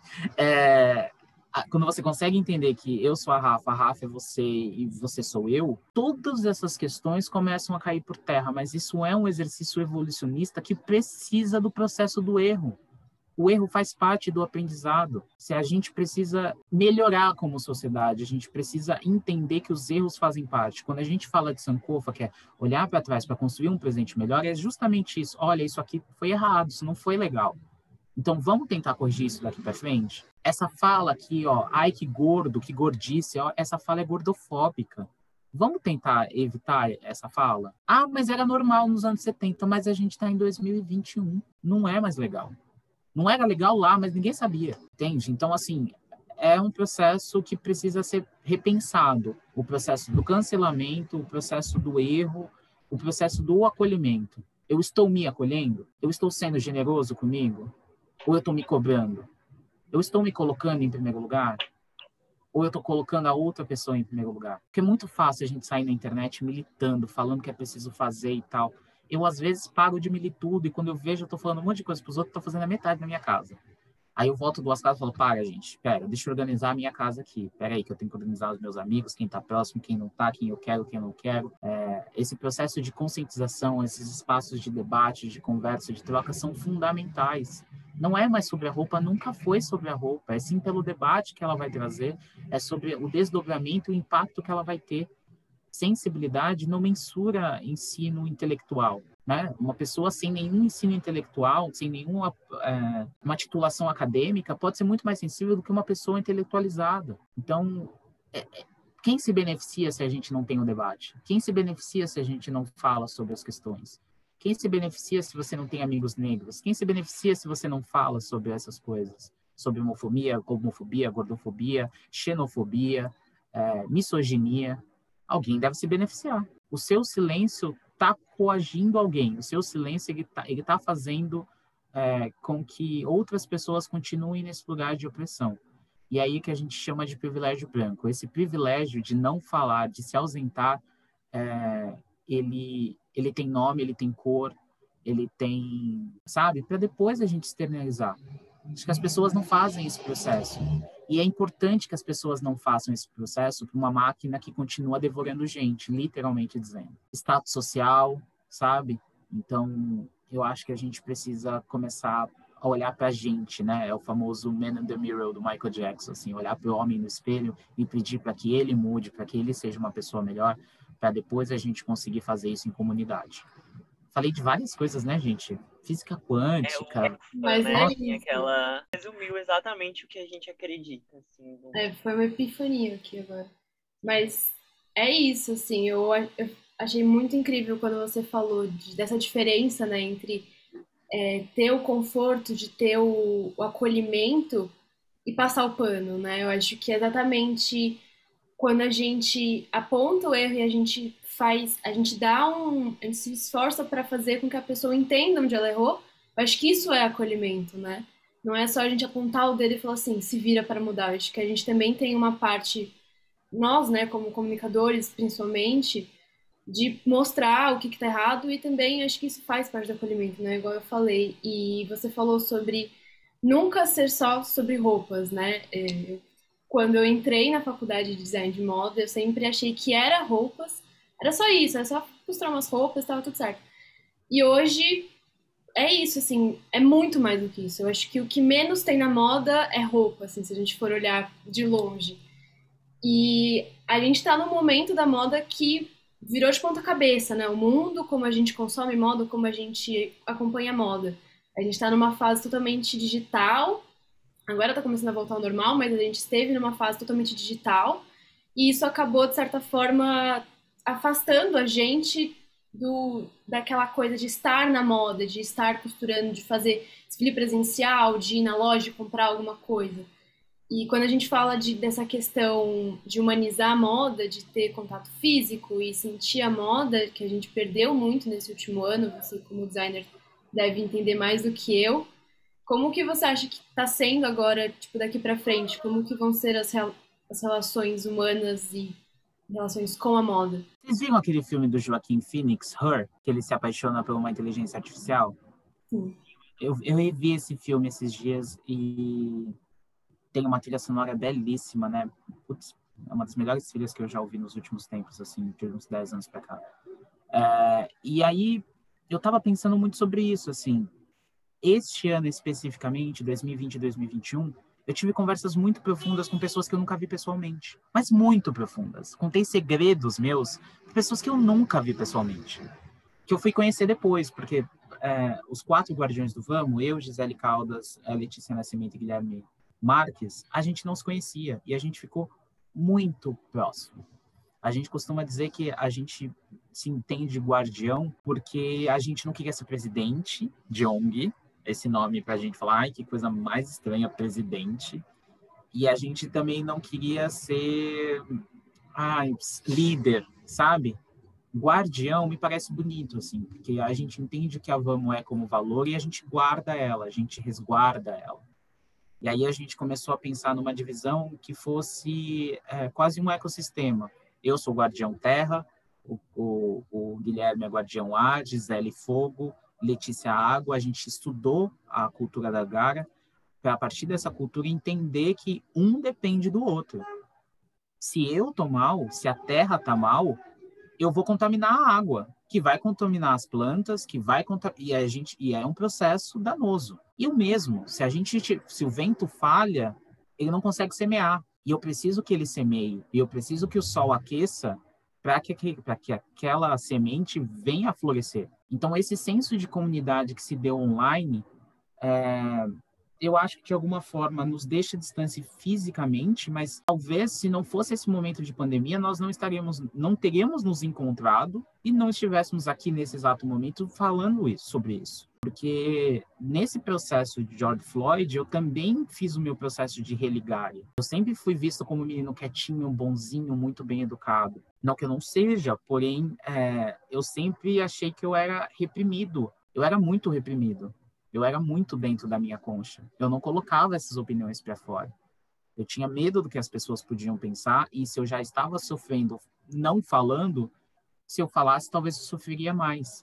Quando você consegue entender que eu sou a Rafa é você e você sou eu, todas essas questões começam a cair por terra, mas isso é um exercício evolucionista que precisa do processo do erro. O erro faz parte do aprendizado. Se a gente precisa melhorar como sociedade, a gente precisa entender que os erros fazem parte. Quando a gente fala de Sankofa, que é olhar para trás para construir um presente melhor, é justamente isso. Olha, isso aqui foi errado, isso não foi legal. Então, vamos tentar corrigir isso daqui para frente? Essa fala aqui, ai que gordo, que gordice, essa fala é gordofóbica. Vamos tentar evitar essa fala? Ah, mas era normal nos anos 70, mas a gente está em 2021. Não é mais legal. Não era legal lá, mas ninguém sabia, entende? Então, assim, é um processo que precisa ser repensado. O processo do cancelamento, o processo do erro, o processo do acolhimento. Eu estou me acolhendo? Eu estou sendo generoso comigo? Ou eu estou me cobrando? Eu estou me colocando em primeiro lugar? Ou eu estou colocando a outra pessoa em primeiro lugar? Porque é muito fácil a gente sair na internet militando, falando que é preciso fazer e tal. Eu, às vezes, paro de milir tudo e quando eu vejo, eu estou falando um monte de coisa para os outros, estou fazendo a metade da minha casa. Aí eu volto 2 casas e falo, gente, deixa eu organizar a minha casa aqui. Aí, que eu tenho que organizar os meus amigos, quem está próximo, quem não está, quem eu quero, quem eu não quero. Esse processo de conscientização, esses espaços de debate, de conversa, de troca são fundamentais. Não é mais sobre a roupa, nunca foi sobre a roupa. É sim pelo debate que ela vai trazer, é sobre o desdobramento e o impacto que ela vai ter. Sensibilidade não mensura ensino intelectual. Né? Uma pessoa sem nenhum ensino intelectual, sem nenhuma uma titulação acadêmica, pode ser muito mais sensível do que uma pessoa intelectualizada. Então, quem se beneficia se a gente não tem um debate? Quem se beneficia se a gente não fala sobre as questões? Quem se beneficia se você não tem amigos negros? Quem se beneficia se você não fala sobre essas coisas? sobre homofobia, gordofobia, xenofobia, misoginia, alguém deve se beneficiar. O seu silêncio está coagindo alguém, o seu silêncio ele tá fazendo com que outras pessoas continuem nesse lugar de opressão. E aí que a gente chama de privilégio branco. Esse privilégio de não falar, de se ausentar, ele tem nome, ele tem cor, ele tem, sabe? Para depois a gente externalizar. Acho que as pessoas não fazem esse processo. E é importante que as pessoas não façam esse processo para uma máquina que continua devorando gente, literalmente dizendo. Status social, sabe? Então, eu acho que a gente precisa começar a olhar para a gente, né? É o famoso Man in the Mirror do Michael Jackson, assim, olhar para o homem no espelho e pedir para que ele mude, para que ele seja uma pessoa melhor, para depois a gente conseguir fazer isso em comunidade. Falei de várias coisas, né, gente? Física quântica. Mas né? isso. Resumiu exatamente o que a gente acredita, assim. Foi uma epifania aqui agora. Mas é isso, assim, eu achei muito incrível quando você falou dessa diferença, né, entre ter o conforto de ter o acolhimento e passar o pano, né? Eu acho que é exatamente quando a gente aponta o erro e a gente a gente se esforça para fazer com que a pessoa entenda onde ela errou. Eu acho que isso é acolhimento, né? Não é só a gente apontar o dedo e falar assim, se vira para mudar. Eu acho que a gente também tem uma parte, nós, né, como comunicadores, principalmente, de mostrar o que está errado e também acho que isso faz parte do acolhimento, né? Igual eu falei. E você falou sobre nunca ser só sobre roupas, né? Quando eu entrei na faculdade de design de moda, eu sempre achei que era roupas, era só isso, era só costurar umas roupas, estava tudo certo. E hoje é isso, assim, é muito mais do que isso. Eu acho que o que menos tem na moda é roupa, assim, se a gente for olhar de longe. E a gente tá num momento da moda que virou de ponta cabeça, né? O mundo, como a gente consome moda, como a gente acompanha moda. A gente tá numa fase totalmente digital. Agora tá começando a voltar ao normal, mas a gente esteve numa fase totalmente digital. E isso acabou, de certa forma, afastando a gente daquela coisa de estar na moda, de estar costurando, de fazer desfile presencial, de ir na loja e comprar alguma coisa. E quando a gente fala dessa questão de humanizar a moda, de ter contato físico e sentir a moda, que a gente perdeu muito nesse último ano, você como designer deve entender mais do que eu, como que você acha que está sendo agora, tipo, daqui para frente? Como que vão ser as relações humanas e relações com a moda? Vocês viram aquele filme do Joaquin Phoenix, Her, que ele se apaixona por uma inteligência artificial? Sim. Eu revi esse filme esses dias e tem uma trilha sonora belíssima, né? Putz, é uma das melhores trilhas que eu já ouvi nos últimos tempos, assim, de uns 10 anos para cá. E aí, eu tava pensando muito sobre isso, assim. Este ano especificamente, 2020 e 2021, eu tive conversas muito profundas com pessoas que eu nunca vi pessoalmente. Mas muito profundas. Contei segredos meus com pessoas que eu nunca vi pessoalmente. Que eu fui conhecer depois, porque os 4 guardiões do Vamos, eu, Gisele Caldas, Letícia Nascimento e Guilherme Marques, a gente não se conhecia e a gente ficou muito próximo. A gente costuma dizer que a gente se entende guardião porque a gente não queria ser presidente de ONG, esse nome para a gente falar, ai, que coisa mais estranha, presidente. E a gente também não queria ser líder, sabe? Guardião me parece bonito, assim, porque a gente entende o que a Vamos é como valor e a gente guarda ela, a gente resguarda ela. E aí a gente começou a pensar numa divisão que fosse quase um ecossistema. Eu sou guardião terra, o Guilherme é guardião ar, Gisele fogo, Letícia água. A gente estudou a cultura da Gara para, a partir dessa cultura, entender que um depende do outro. Se eu tô mal, se a terra tá mal, eu vou contaminar a água, que vai contaminar as plantas, e é um processo danoso. E o mesmo, se o vento falha, ele não consegue semear. E eu preciso que ele semeie, e eu preciso que o sol aqueça para que aquela semente venha a florescer. Então, esse senso de comunidade que se deu online, eu acho que de alguma forma nos deixa distância fisicamente, mas talvez se não fosse esse momento de pandemia, nós não teríamos nos encontrado e não estivéssemos aqui nesse exato momento falando sobre isso. Porque nesse processo de George Floyd, eu também fiz o meu processo de religar. Eu sempre fui visto como um menino quietinho, bonzinho, muito bem educado. Não que eu não seja, porém, eu sempre achei que eu era reprimido. Eu era muito reprimido. Eu era muito dentro da minha concha. Eu não colocava essas opiniões para fora. Eu tinha medo do que as pessoas podiam pensar, e se eu já estava sofrendo não falando, se eu falasse, talvez eu sofreria mais.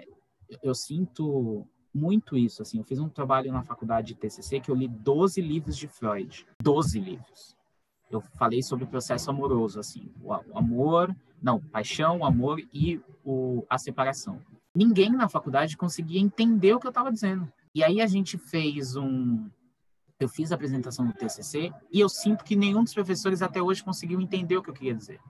Eu sinto muito isso, assim. Eu fiz um trabalho na faculdade de TCC que eu li 12 livros de Freud. 12 livros. Eu falei sobre o processo amoroso, assim. O amor, não, paixão, o amor e a separação. Ninguém na faculdade conseguia entender o que eu estava dizendo. E aí a gente fez eu fiz a apresentação do TCC e eu sinto que nenhum dos professores até hoje conseguiu entender o que eu queria dizer.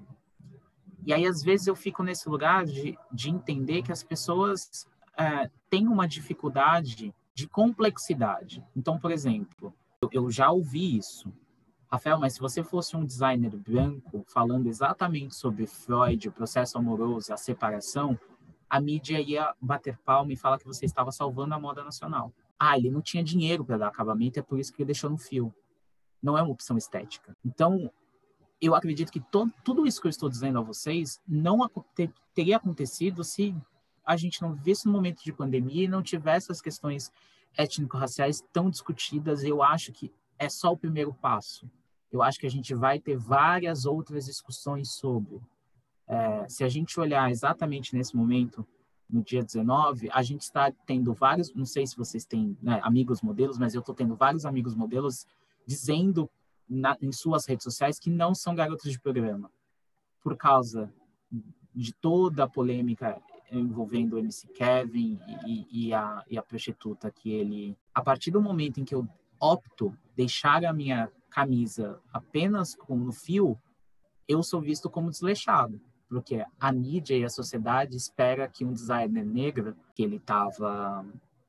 E aí, às vezes, eu fico nesse lugar de entender que as pessoas têm uma dificuldade de complexidade. Então, por exemplo, eu já ouvi isso. Rafael, mas se você fosse um designer branco falando exatamente sobre Freud, o processo amoroso, a separação, a mídia ia bater palma e falar que você estava salvando a moda nacional. Ele não tinha dinheiro para dar acabamento, é por isso que ele deixou no fio. Não é uma opção estética. Então, eu acredito que tudo isso que eu estou dizendo a vocês não teria acontecido se a gente não vivesse um momento de pandemia e não tivesse as questões étnico-raciais tão discutidas. Eu acho que é só o primeiro passo. Eu acho que a gente vai ter várias outras discussões sobre. Se a gente olhar exatamente nesse momento, no dia 19, a gente está tendo vários, não sei se vocês têm, né, amigos modelos, mas eu estou tendo vários amigos modelos dizendo em suas redes sociais que não são garotos de programa, por causa de toda a polêmica envolvendo o MC Kevin e a prostituta que ele... A partir do momento em que eu opto deixar a minha camisa apenas no fio, eu sou visto como desleixado, porque a mídia e a sociedade espera que um designer negro, que ele estava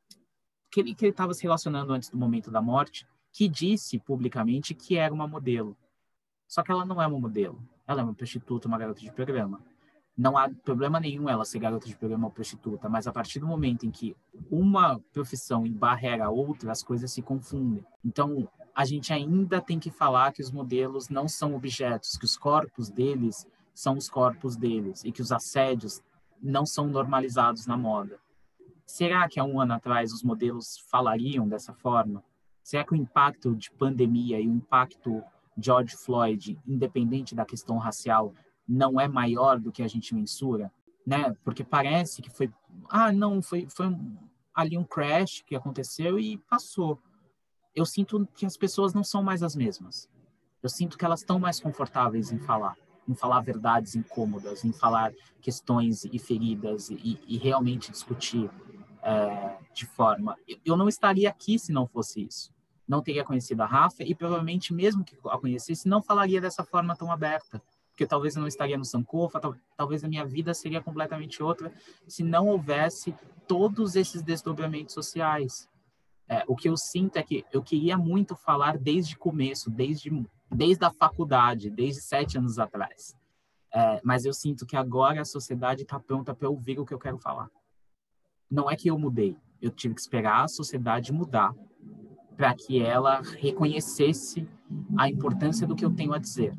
se relacionando antes do momento da morte, que disse publicamente que era uma modelo. Só que ela não é uma modelo. Ela é uma prostituta, uma garota de programa. Não há problema nenhum ela ser garota de programa ou prostituta, mas a partir do momento em que uma profissão embarrega a outra, as coisas se confundem. Então, a gente ainda tem que falar que os modelos não são objetos, que os corpos deles são os corpos deles e que os assédios não são normalizados na moda. Será que há um ano atrás os modelos falariam dessa forma? Será que o impacto de pandemia e o impacto de George Floyd, independente da questão racial, não é maior do que a gente mensura? Né? Porque parece que foi... não, foi ali um crash que aconteceu e passou. Eu sinto que as pessoas não são mais as mesmas. Eu sinto que elas estão mais confortáveis em falar verdades incômodas, em falar questões e feridas e realmente discutir de forma... Eu não estaria aqui se não fosse isso. Não teria conhecido a Rafa e provavelmente, mesmo que a conhecesse, não falaria dessa forma tão aberta. Porque talvez eu não estaria no Sankofa, talvez a minha vida seria completamente outra se não houvesse todos esses desdobramentos sociais. O que eu sinto é que eu queria muito falar desde o começo, desde a faculdade, desde 7 anos atrás. Mas eu sinto que agora a sociedade está pronta para ouvir o que eu quero falar. Não é que eu mudei, eu tive que esperar a sociedade mudar para que ela reconhecesse a importância do que eu tenho a dizer.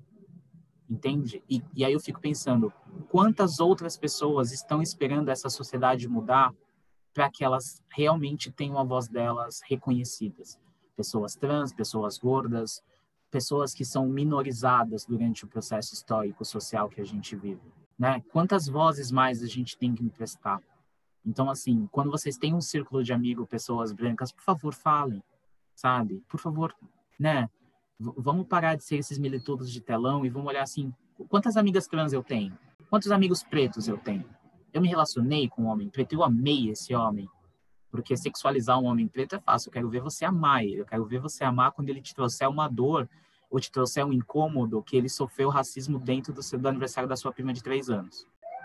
Entende? E aí eu fico pensando, quantas outras pessoas estão esperando essa sociedade mudar para que elas realmente tenham a voz delas reconhecidas? Pessoas trans, pessoas gordas, pessoas que são minorizadas durante o processo histórico social que a gente vive, né? Quantas vozes mais a gente tem que emprestar? Então, assim, quando vocês têm um círculo de amigos, pessoas brancas, por favor, falem, sabe? Por favor, né? Vamos parar de ser esses militudos de telão e vamos olhar assim, quantas amigas trans eu tenho? Quantos amigos pretos eu tenho? Eu me relacionei com um homem preto, eu amei esse homem. Porque sexualizar um homem preto é fácil, eu quero ver você amar ele, eu quero ver você amar quando ele te trouxer uma dor ou te trouxer um incômodo que ele sofreu racismo dentro do aniversário da sua prima de 3 anos.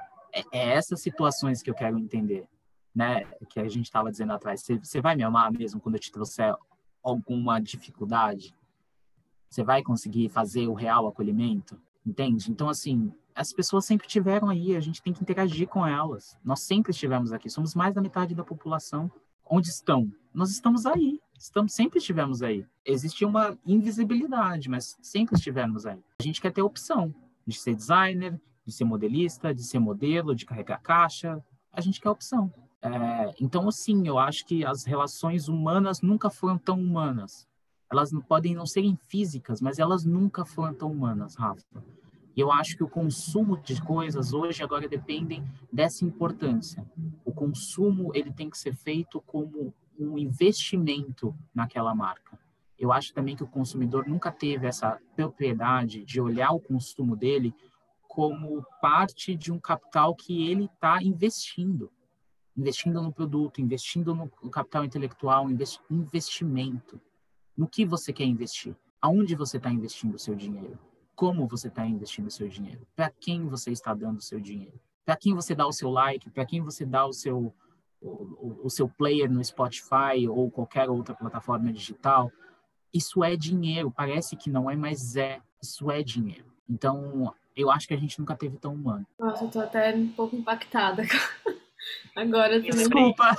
É essas situações que eu quero entender, né? Que a gente estava dizendo atrás. Você vai me amar mesmo quando eu te trouxer alguma dificuldade? Você vai conseguir fazer o real acolhimento? Entende? Então, assim, as pessoas sempre estiveram aí, a gente tem que interagir com elas. Nós sempre estivemos aqui, somos mais da metade da população. Onde estão? Nós estamos aí. Sempre estivemos aí. Existe uma invisibilidade, mas sempre estivemos aí. A gente quer ter opção de ser designer, de ser modelista, de ser modelo, de carregar caixa. A gente quer opção. Então, assim, eu acho que as relações humanas nunca foram tão humanas. Elas não podem não serem físicas, mas elas nunca foram tão humanas, Rafa. E eu acho que o consumo de coisas hoje agora dependem dessa importância. O consumo ele tem que ser feito como um investimento naquela marca. Eu acho também que o consumidor nunca teve essa propriedade de olhar o consumo dele como parte de um capital que ele está investindo no produto, investindo no capital intelectual, investimento. No que você quer investir? Aonde você está investindo o seu dinheiro? Como você está investindo o seu dinheiro? Para quem você está dando o seu dinheiro? Para quem você dá o seu like? Para quem você dá o seu player no Spotify ou qualquer outra plataforma digital? Isso é dinheiro. Parece que não é, mas é. Isso é dinheiro. Então, eu acho que a gente nunca teve tão humano. Nossa, eu tô até um pouco impactada agora também. Desculpa,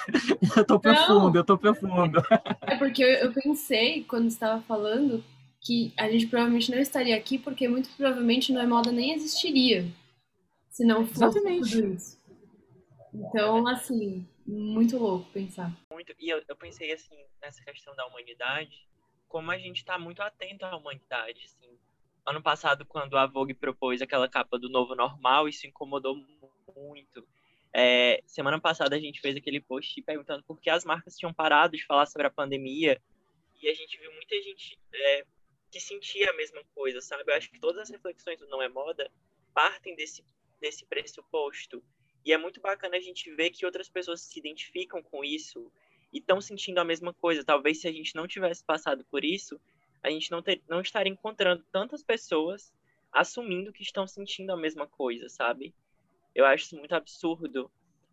eu tô profundo. É porque eu pensei, quando estava falando, que a gente provavelmente não estaria aqui, porque muito provavelmente Não é Moda nem existiria se não fosse Exatamente. tudo isso. Então, assim, muito louco pensar. Muito. E eu pensei, assim, nessa questão da humanidade, como a gente está muito atento à humanidade, assim. Ano passado, quando a Vogue propôs aquela capa do Novo Normal, isso incomodou muito. Semana passada a gente fez aquele post perguntando por que as marcas tinham parado de falar sobre a pandemia, e a gente viu muita gente que sentia a mesma coisa, sabe? Eu acho que todas as reflexões do Não é Moda partem desse pressuposto. E é muito bacana a gente ver que outras pessoas se identificam com isso e estão sentindo a mesma coisa. Talvez se a gente não tivesse passado por isso, a gente não estaria encontrando tantas pessoas assumindo que estão sentindo a mesma coisa, sabe? Eu acho isso muito absurdo.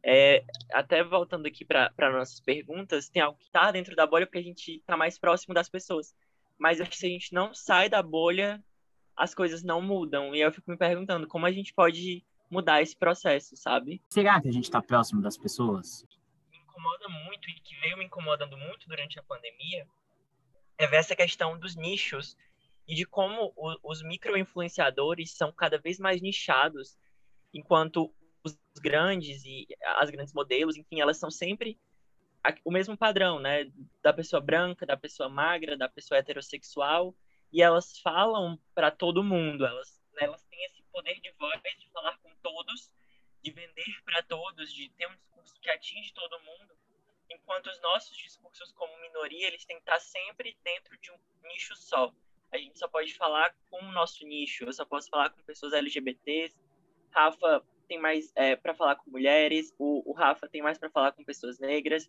Até voltando aqui para nossas perguntas, tem algo que está dentro da bolha porque a gente está mais próximo das pessoas. Mas eu acho que se a gente não sai da bolha, as coisas não mudam. E eu fico me perguntando como a gente pode mudar esse processo, sabe? Será que a gente está próximo das pessoas? Me incomoda muito e que veio me incomodando muito durante a pandemia é ver essa questão dos nichos e de como os micro-influenciadores são cada vez mais nichados, enquanto os grandes e as grandes modelos, enfim, elas são sempre o mesmo padrão, né? Da pessoa branca, da pessoa magra, da pessoa heterossexual, e elas falam para todo mundo, elas têm esse poder de voz de falar com todos, de vender para todos, de ter um discurso que atinge todo mundo, enquanto os nossos discursos como minoria, eles têm que estar sempre dentro de um nicho só. A gente só pode falar com o nosso nicho, eu só posso falar com pessoas LGBTs, Rafa tem mais para falar com mulheres, o Rafa tem mais para falar com pessoas negras,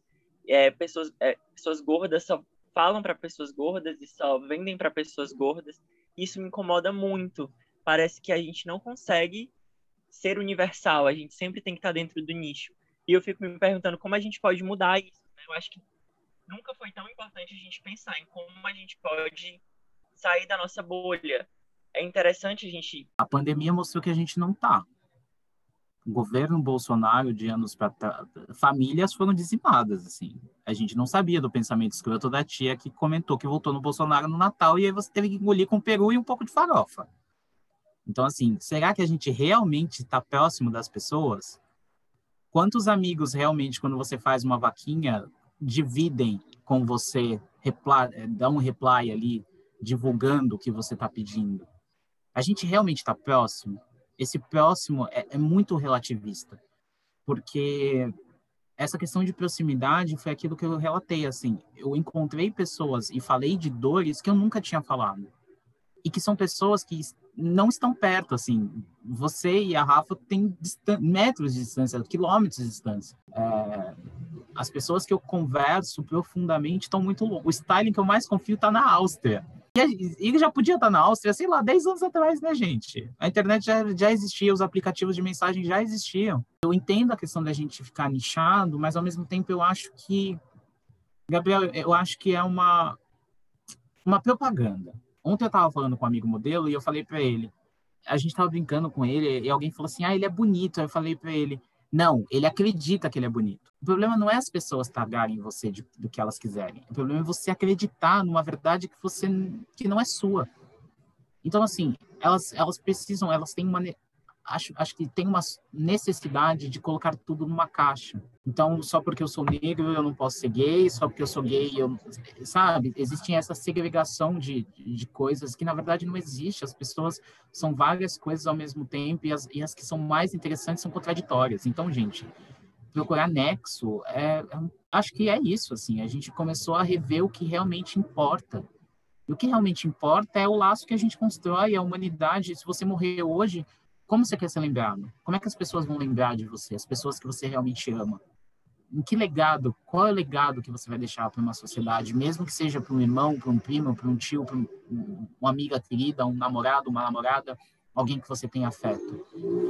pessoas gordas só falam para pessoas gordas e só vendem para pessoas gordas. Isso me incomoda muito. Parece que a gente não consegue ser universal, a gente sempre tem que estar dentro do nicho. E eu fico me perguntando como a gente pode mudar isso, né? Eu acho que nunca foi tão importante a gente pensar em como a gente pode sair da nossa bolha. É interessante a gente... A pandemia mostrou que a gente não tá. O governo Bolsonaro, de anos para trás, famílias foram dizimadas, assim. A gente não sabia do pensamento escroto da tia que comentou que votou no Bolsonaro no Natal e aí você teve que engolir com peru e um pouco de farofa. Então, assim, será que a gente realmente está próximo das pessoas? Quantos amigos realmente, quando você faz uma vaquinha, dividem com você, dão um reply ali, divulgando o que você está pedindo? A gente realmente está próximo? Esse próximo é muito relativista, porque essa questão de proximidade foi aquilo que eu relatei, assim, eu encontrei pessoas e falei de dores que eu nunca tinha falado, e que são pessoas que não estão perto, assim, você e a Rafa têm metros de distância, quilômetros de distância. As pessoas que eu converso profundamente estão muito longe. O styling que eu mais confio está na Áustria. E ele já podia estar na Áustria, sei lá, 10 anos atrás, né, gente? A internet já existia, os aplicativos de mensagem já existiam. Eu entendo a questão da gente ficar nichado, mas ao mesmo tempo eu acho que, Gabriel, eu acho que é uma propaganda. Ontem eu estava falando com um amigo modelo e eu falei para ele, a gente estava brincando com ele e alguém falou assim, ele é bonito. Aí eu falei para ele, Não, ele acredita que ele é bonito. O problema não é as pessoas tagarem você do que elas quiserem. O problema é você acreditar numa verdade que não é sua. Então, assim, elas precisam, elas têm uma... Acho que tem uma necessidade de colocar tudo numa caixa. Então, só porque eu sou negro, eu não posso ser gay, só porque eu sou gay, sabe? Existe essa segregação de coisas que, na verdade, não existe. As pessoas são várias coisas ao mesmo tempo e as que são mais interessantes são contraditórias. Então, gente, procurar nexo, acho que é isso, assim. A gente começou a rever o que realmente importa. E o que realmente importa é o laço que a gente constrói, a humanidade. Se você morrer hoje, como você quer ser lembrado? Como é que as pessoas vão lembrar de você? As pessoas que você realmente ama? Em que legado? Qual é o legado que você vai deixar para uma sociedade? Mesmo que seja para um irmão, para um primo, para um tio, para uma amiga querida, um namorado, uma namorada, alguém que você tem afeto.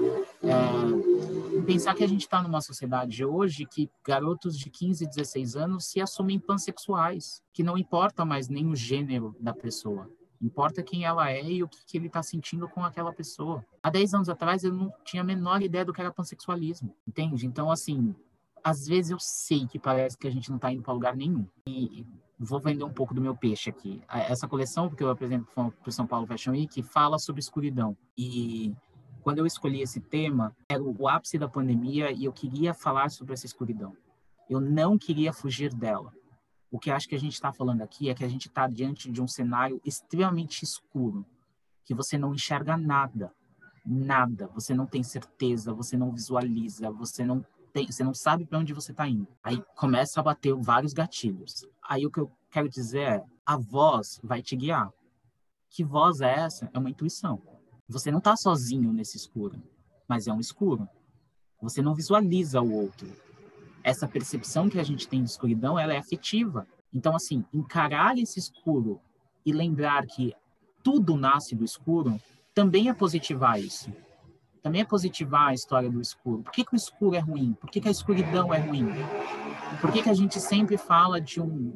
Pensar que a gente está numa sociedade hoje que garotos de 15, 16 anos se assumem pansexuais, que não importa mais nem o gênero da pessoa. Importa quem ela é e o que ele está sentindo com aquela pessoa. Há 10 anos atrás, eu não tinha a menor ideia do que era pansexualismo, entende? Então, assim, às vezes eu sei que parece que a gente não está indo para lugar nenhum. E vou vender um pouco do meu peixe aqui. Essa coleção que eu apresento para o São Paulo Fashion Week fala sobre escuridão. E quando eu escolhi esse tema, era o ápice da pandemia e eu queria falar sobre essa escuridão. Eu não queria fugir dela. O que acho que a gente está falando aqui é que a gente está diante de um cenário extremamente escuro, que você não enxerga nada, nada. Você não tem certeza, você não visualiza, você não sabe para onde você está indo. Aí começa a bater vários gatilhos. Aí o que eu quero dizer é, a voz vai te guiar. Que voz é essa? É uma intuição. Você não está sozinho nesse escuro, mas é um escuro. Você não visualiza o outro. Essa percepção que a gente tem de escuridão, ela é afetiva. Então, assim, encarar esse escuro e lembrar que tudo nasce do escuro, também é positivar isso. Também é positivar a história do escuro. Por que o escuro é ruim? Por que a escuridão é ruim? Por que a gente sempre fala de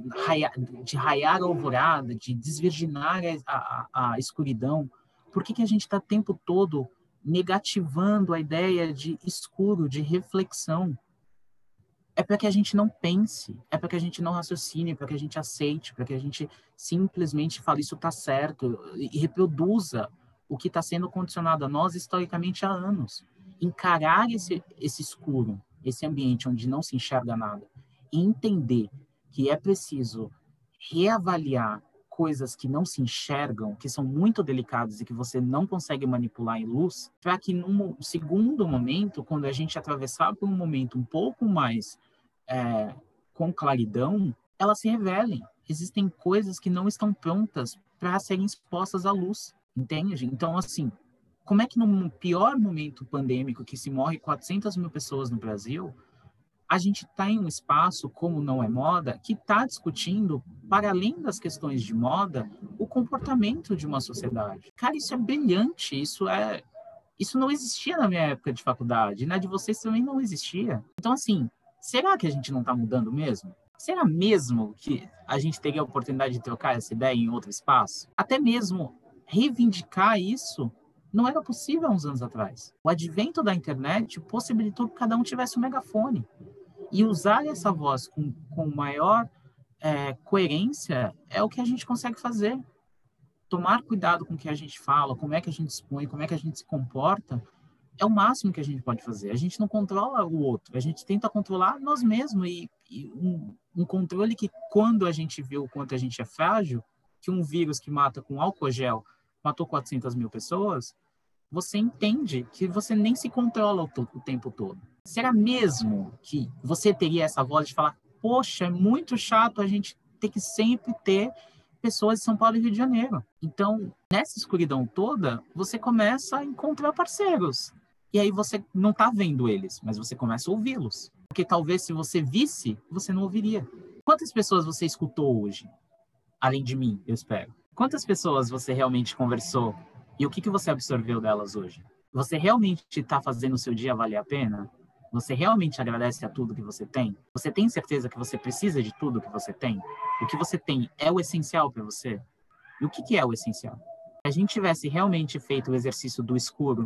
raiar a alvorada, de desvirginar a escuridão? Por que a gente está o tempo todo negativando a ideia de escuro, de reflexão? É para que a gente não pense, é para que a gente não raciocine, para que a gente aceite, para que a gente simplesmente fale isso está certo e reproduza o que está sendo condicionado a nós historicamente há anos. Encarar esse escuro, esse ambiente onde não se enxerga nada, e entender que é preciso reavaliar coisas que não se enxergam, que são muito delicadas e que você não consegue manipular em luz, para que num segundo momento, quando a gente atravessar por um momento um pouco mais com claridão, elas se revelem. Existem coisas que não estão prontas para serem expostas à luz, entende? Então, assim, como é que no pior momento pandêmico, que se morre 400 mil pessoas no Brasil, a gente está em um espaço, como Não é Moda, que está discutindo, para além das questões de moda, o comportamento de uma sociedade. Cara, isso é brilhante, isso não existia na minha época de faculdade, na de vocês também não existia. Então, assim, será que a gente não está mudando mesmo? Será mesmo que a gente teria a oportunidade de trocar essa ideia em outro espaço? Até mesmo reivindicar isso não era possível há uns anos atrás. O advento da internet possibilitou que cada um tivesse um megafone. E usar essa voz com maior coerência é o que a gente consegue fazer. Tomar cuidado com o que a gente fala, como é que a gente expõe, como é que a gente se comporta, é o máximo que a gente pode fazer. A gente não controla o outro, a gente tenta controlar nós mesmos. E um controle que, quando a gente viu o quanto a gente é frágil, que um vírus que mata com álcool gel matou 400 mil pessoas, você entende que você nem se controla o tempo todo. Será mesmo que você teria essa voz de falar, poxa, é muito chato a gente ter que sempre ter pessoas de São Paulo e Rio de Janeiro. Então, nessa escuridão toda, você começa a encontrar parceiros. E aí você não está vendo eles, mas você começa a ouvi-los. Porque talvez se você visse, você não ouviria. Quantas pessoas você escutou hoje? Além de mim, eu espero. Quantas pessoas você realmente conversou? E o que você absorveu delas hoje? Você realmente está fazendo o seu dia valer a pena? Você realmente agradece a tudo que você tem? Você tem certeza que você precisa de tudo que você tem? O que você tem é o essencial para você? E o que é o essencial? Se a gente tivesse realmente feito o exercício do escuro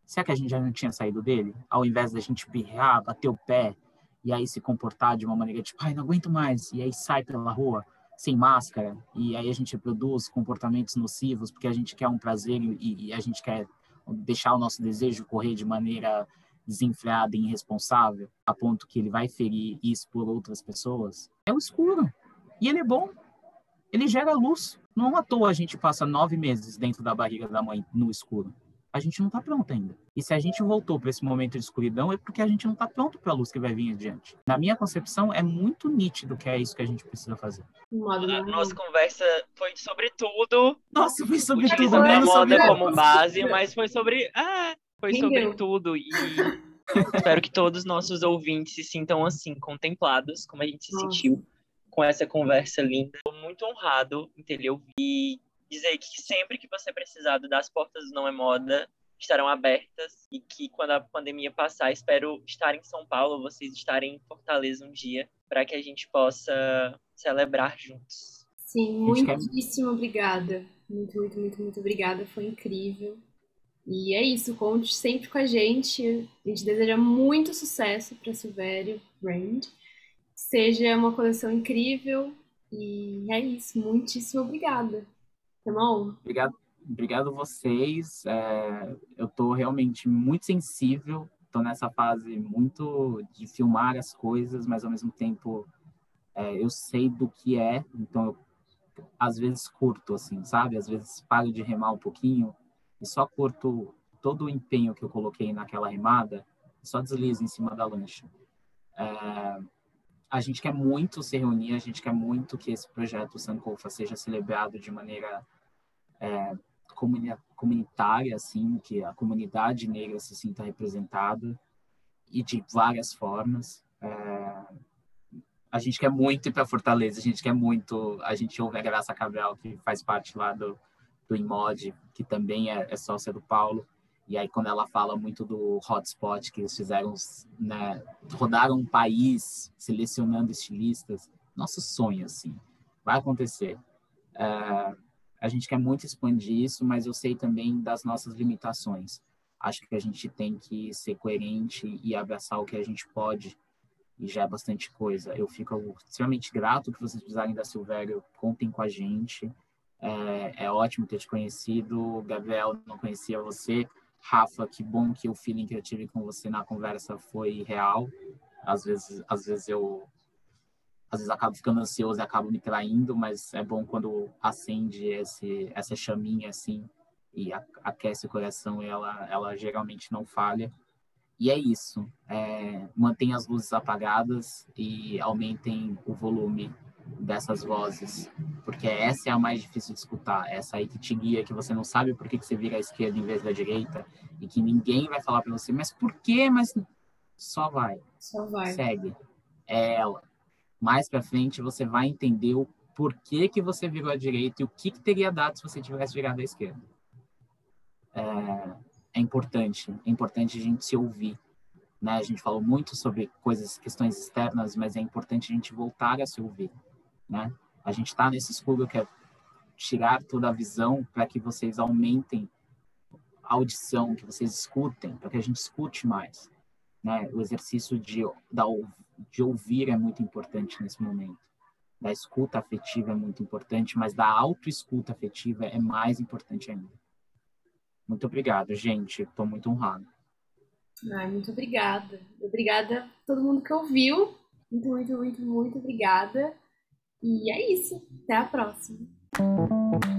será que a gente já não tinha saído dele? Ao invés da gente berrar, bater o pé e aí se comportar de uma maneira tipo, ai, não aguento mais, e aí sai pela rua sem máscara, e aí a gente produz comportamentos nocivos porque a gente quer um prazer e a gente quer deixar o nosso desejo correr de maneira desenfreada e irresponsável, a ponto que ele vai ferir e expor outras pessoas. É o escuro. E ele é bom. Ele gera luz. Não à toa a gente passa 9 meses dentro da barriga da mãe no escuro. A gente não está pronto ainda. E se a gente voltou para esse momento de escuridão, é porque a gente não está pronto para a luz que vai vir adiante. Na minha concepção, é muito nítido que é isso que a gente precisa fazer. A nossa conversa foi sobre tudo. Nossa, foi sobre tudo, Utilizando a menos sobre moda como base, mas foi sobre tudo. E espero que todos os nossos ouvintes se sintam assim, contemplados, como a gente se sentiu com essa conversa linda. Estou muito honrado em ter lhe ouvido e dizer que sempre que você precisar das portas do Não é Moda estarão abertas e que quando a pandemia passar, espero estar em São Paulo, vocês estarem em Fortaleza um dia, para que a gente possa celebrar juntos. Sim, muitíssimo obrigada. Muito, muito, muito, muito obrigada. Foi incrível. E é isso, conte sempre com a gente. A gente deseja muito sucesso para Silvério Brand. Seja uma coleção incrível. E é isso, muitíssimo obrigada. Tá bom? Obrigado vocês. Eu estou realmente muito sensível. Estou nessa fase muito de filmar as coisas, mas ao mesmo tempo eu sei do que é. Então eu às vezes curto, assim, sabe? Às vezes paro de remar um pouquinho e só curto todo o empenho que eu coloquei naquela remada e só deslizo em cima da lancha. A gente quer muito se reunir, a gente quer muito que esse projeto Sankofa seja celebrado de maneira comunitária, assim, que a comunidade negra se sinta representada e de várias formas. A gente quer muito ir para Fortaleza, a gente ouve a Graça Cabral, que faz parte lá do InMod, que também é sócia do Paulo, e aí quando ela fala muito do hotspot que eles fizeram, né, rodaram um país selecionando estilistas, nosso sonho, assim, vai acontecer. A gente quer muito expandir isso, mas eu sei também das nossas limitações. Acho que a gente tem que ser coerente e abraçar o que a gente pode, e já é bastante coisa. Eu fico extremamente grato que vocês precisarem da Silvério, contem com a gente. É ótimo ter te conhecido. Gabriel, não conhecia você. Rafa, que bom que o feeling que eu tive com você na conversa foi real. Às vezes eu acabo ficando ansioso e acabo me traindo, mas é bom quando acende essa chaminha assim e aquece o coração e ela geralmente não falha. E é isso. Mantenha as luzes apagadas e aumentem o volume dessas vozes, porque essa é a mais difícil de escutar, essa aí que te guia, que você não sabe por que você vira à esquerda em vez da direita e que ninguém vai falar para você, mas por quê? Mas só vai. Segue. É ela. Mais para frente você vai entender o porquê que você virou à direita e o que teria dado se você tivesse virado à esquerda. É importante a gente se ouvir, né? A gente falou muito sobre questões externas, mas é importante a gente voltar a se ouvir, né? A gente está nesse escuro que é tirar toda a visão para que vocês aumentem a audição, que vocês escutem, para que a gente escute mais, né? O exercício de ouvir é muito importante nesse momento. Da escuta afetiva é muito importante, mas da autoescuta afetiva é mais importante ainda. Muito obrigado, gente. Estou muito honrado. Muito obrigada. Obrigada a todo mundo que ouviu. Muito, muito, muito, muito obrigada. E é isso. Até a próxima.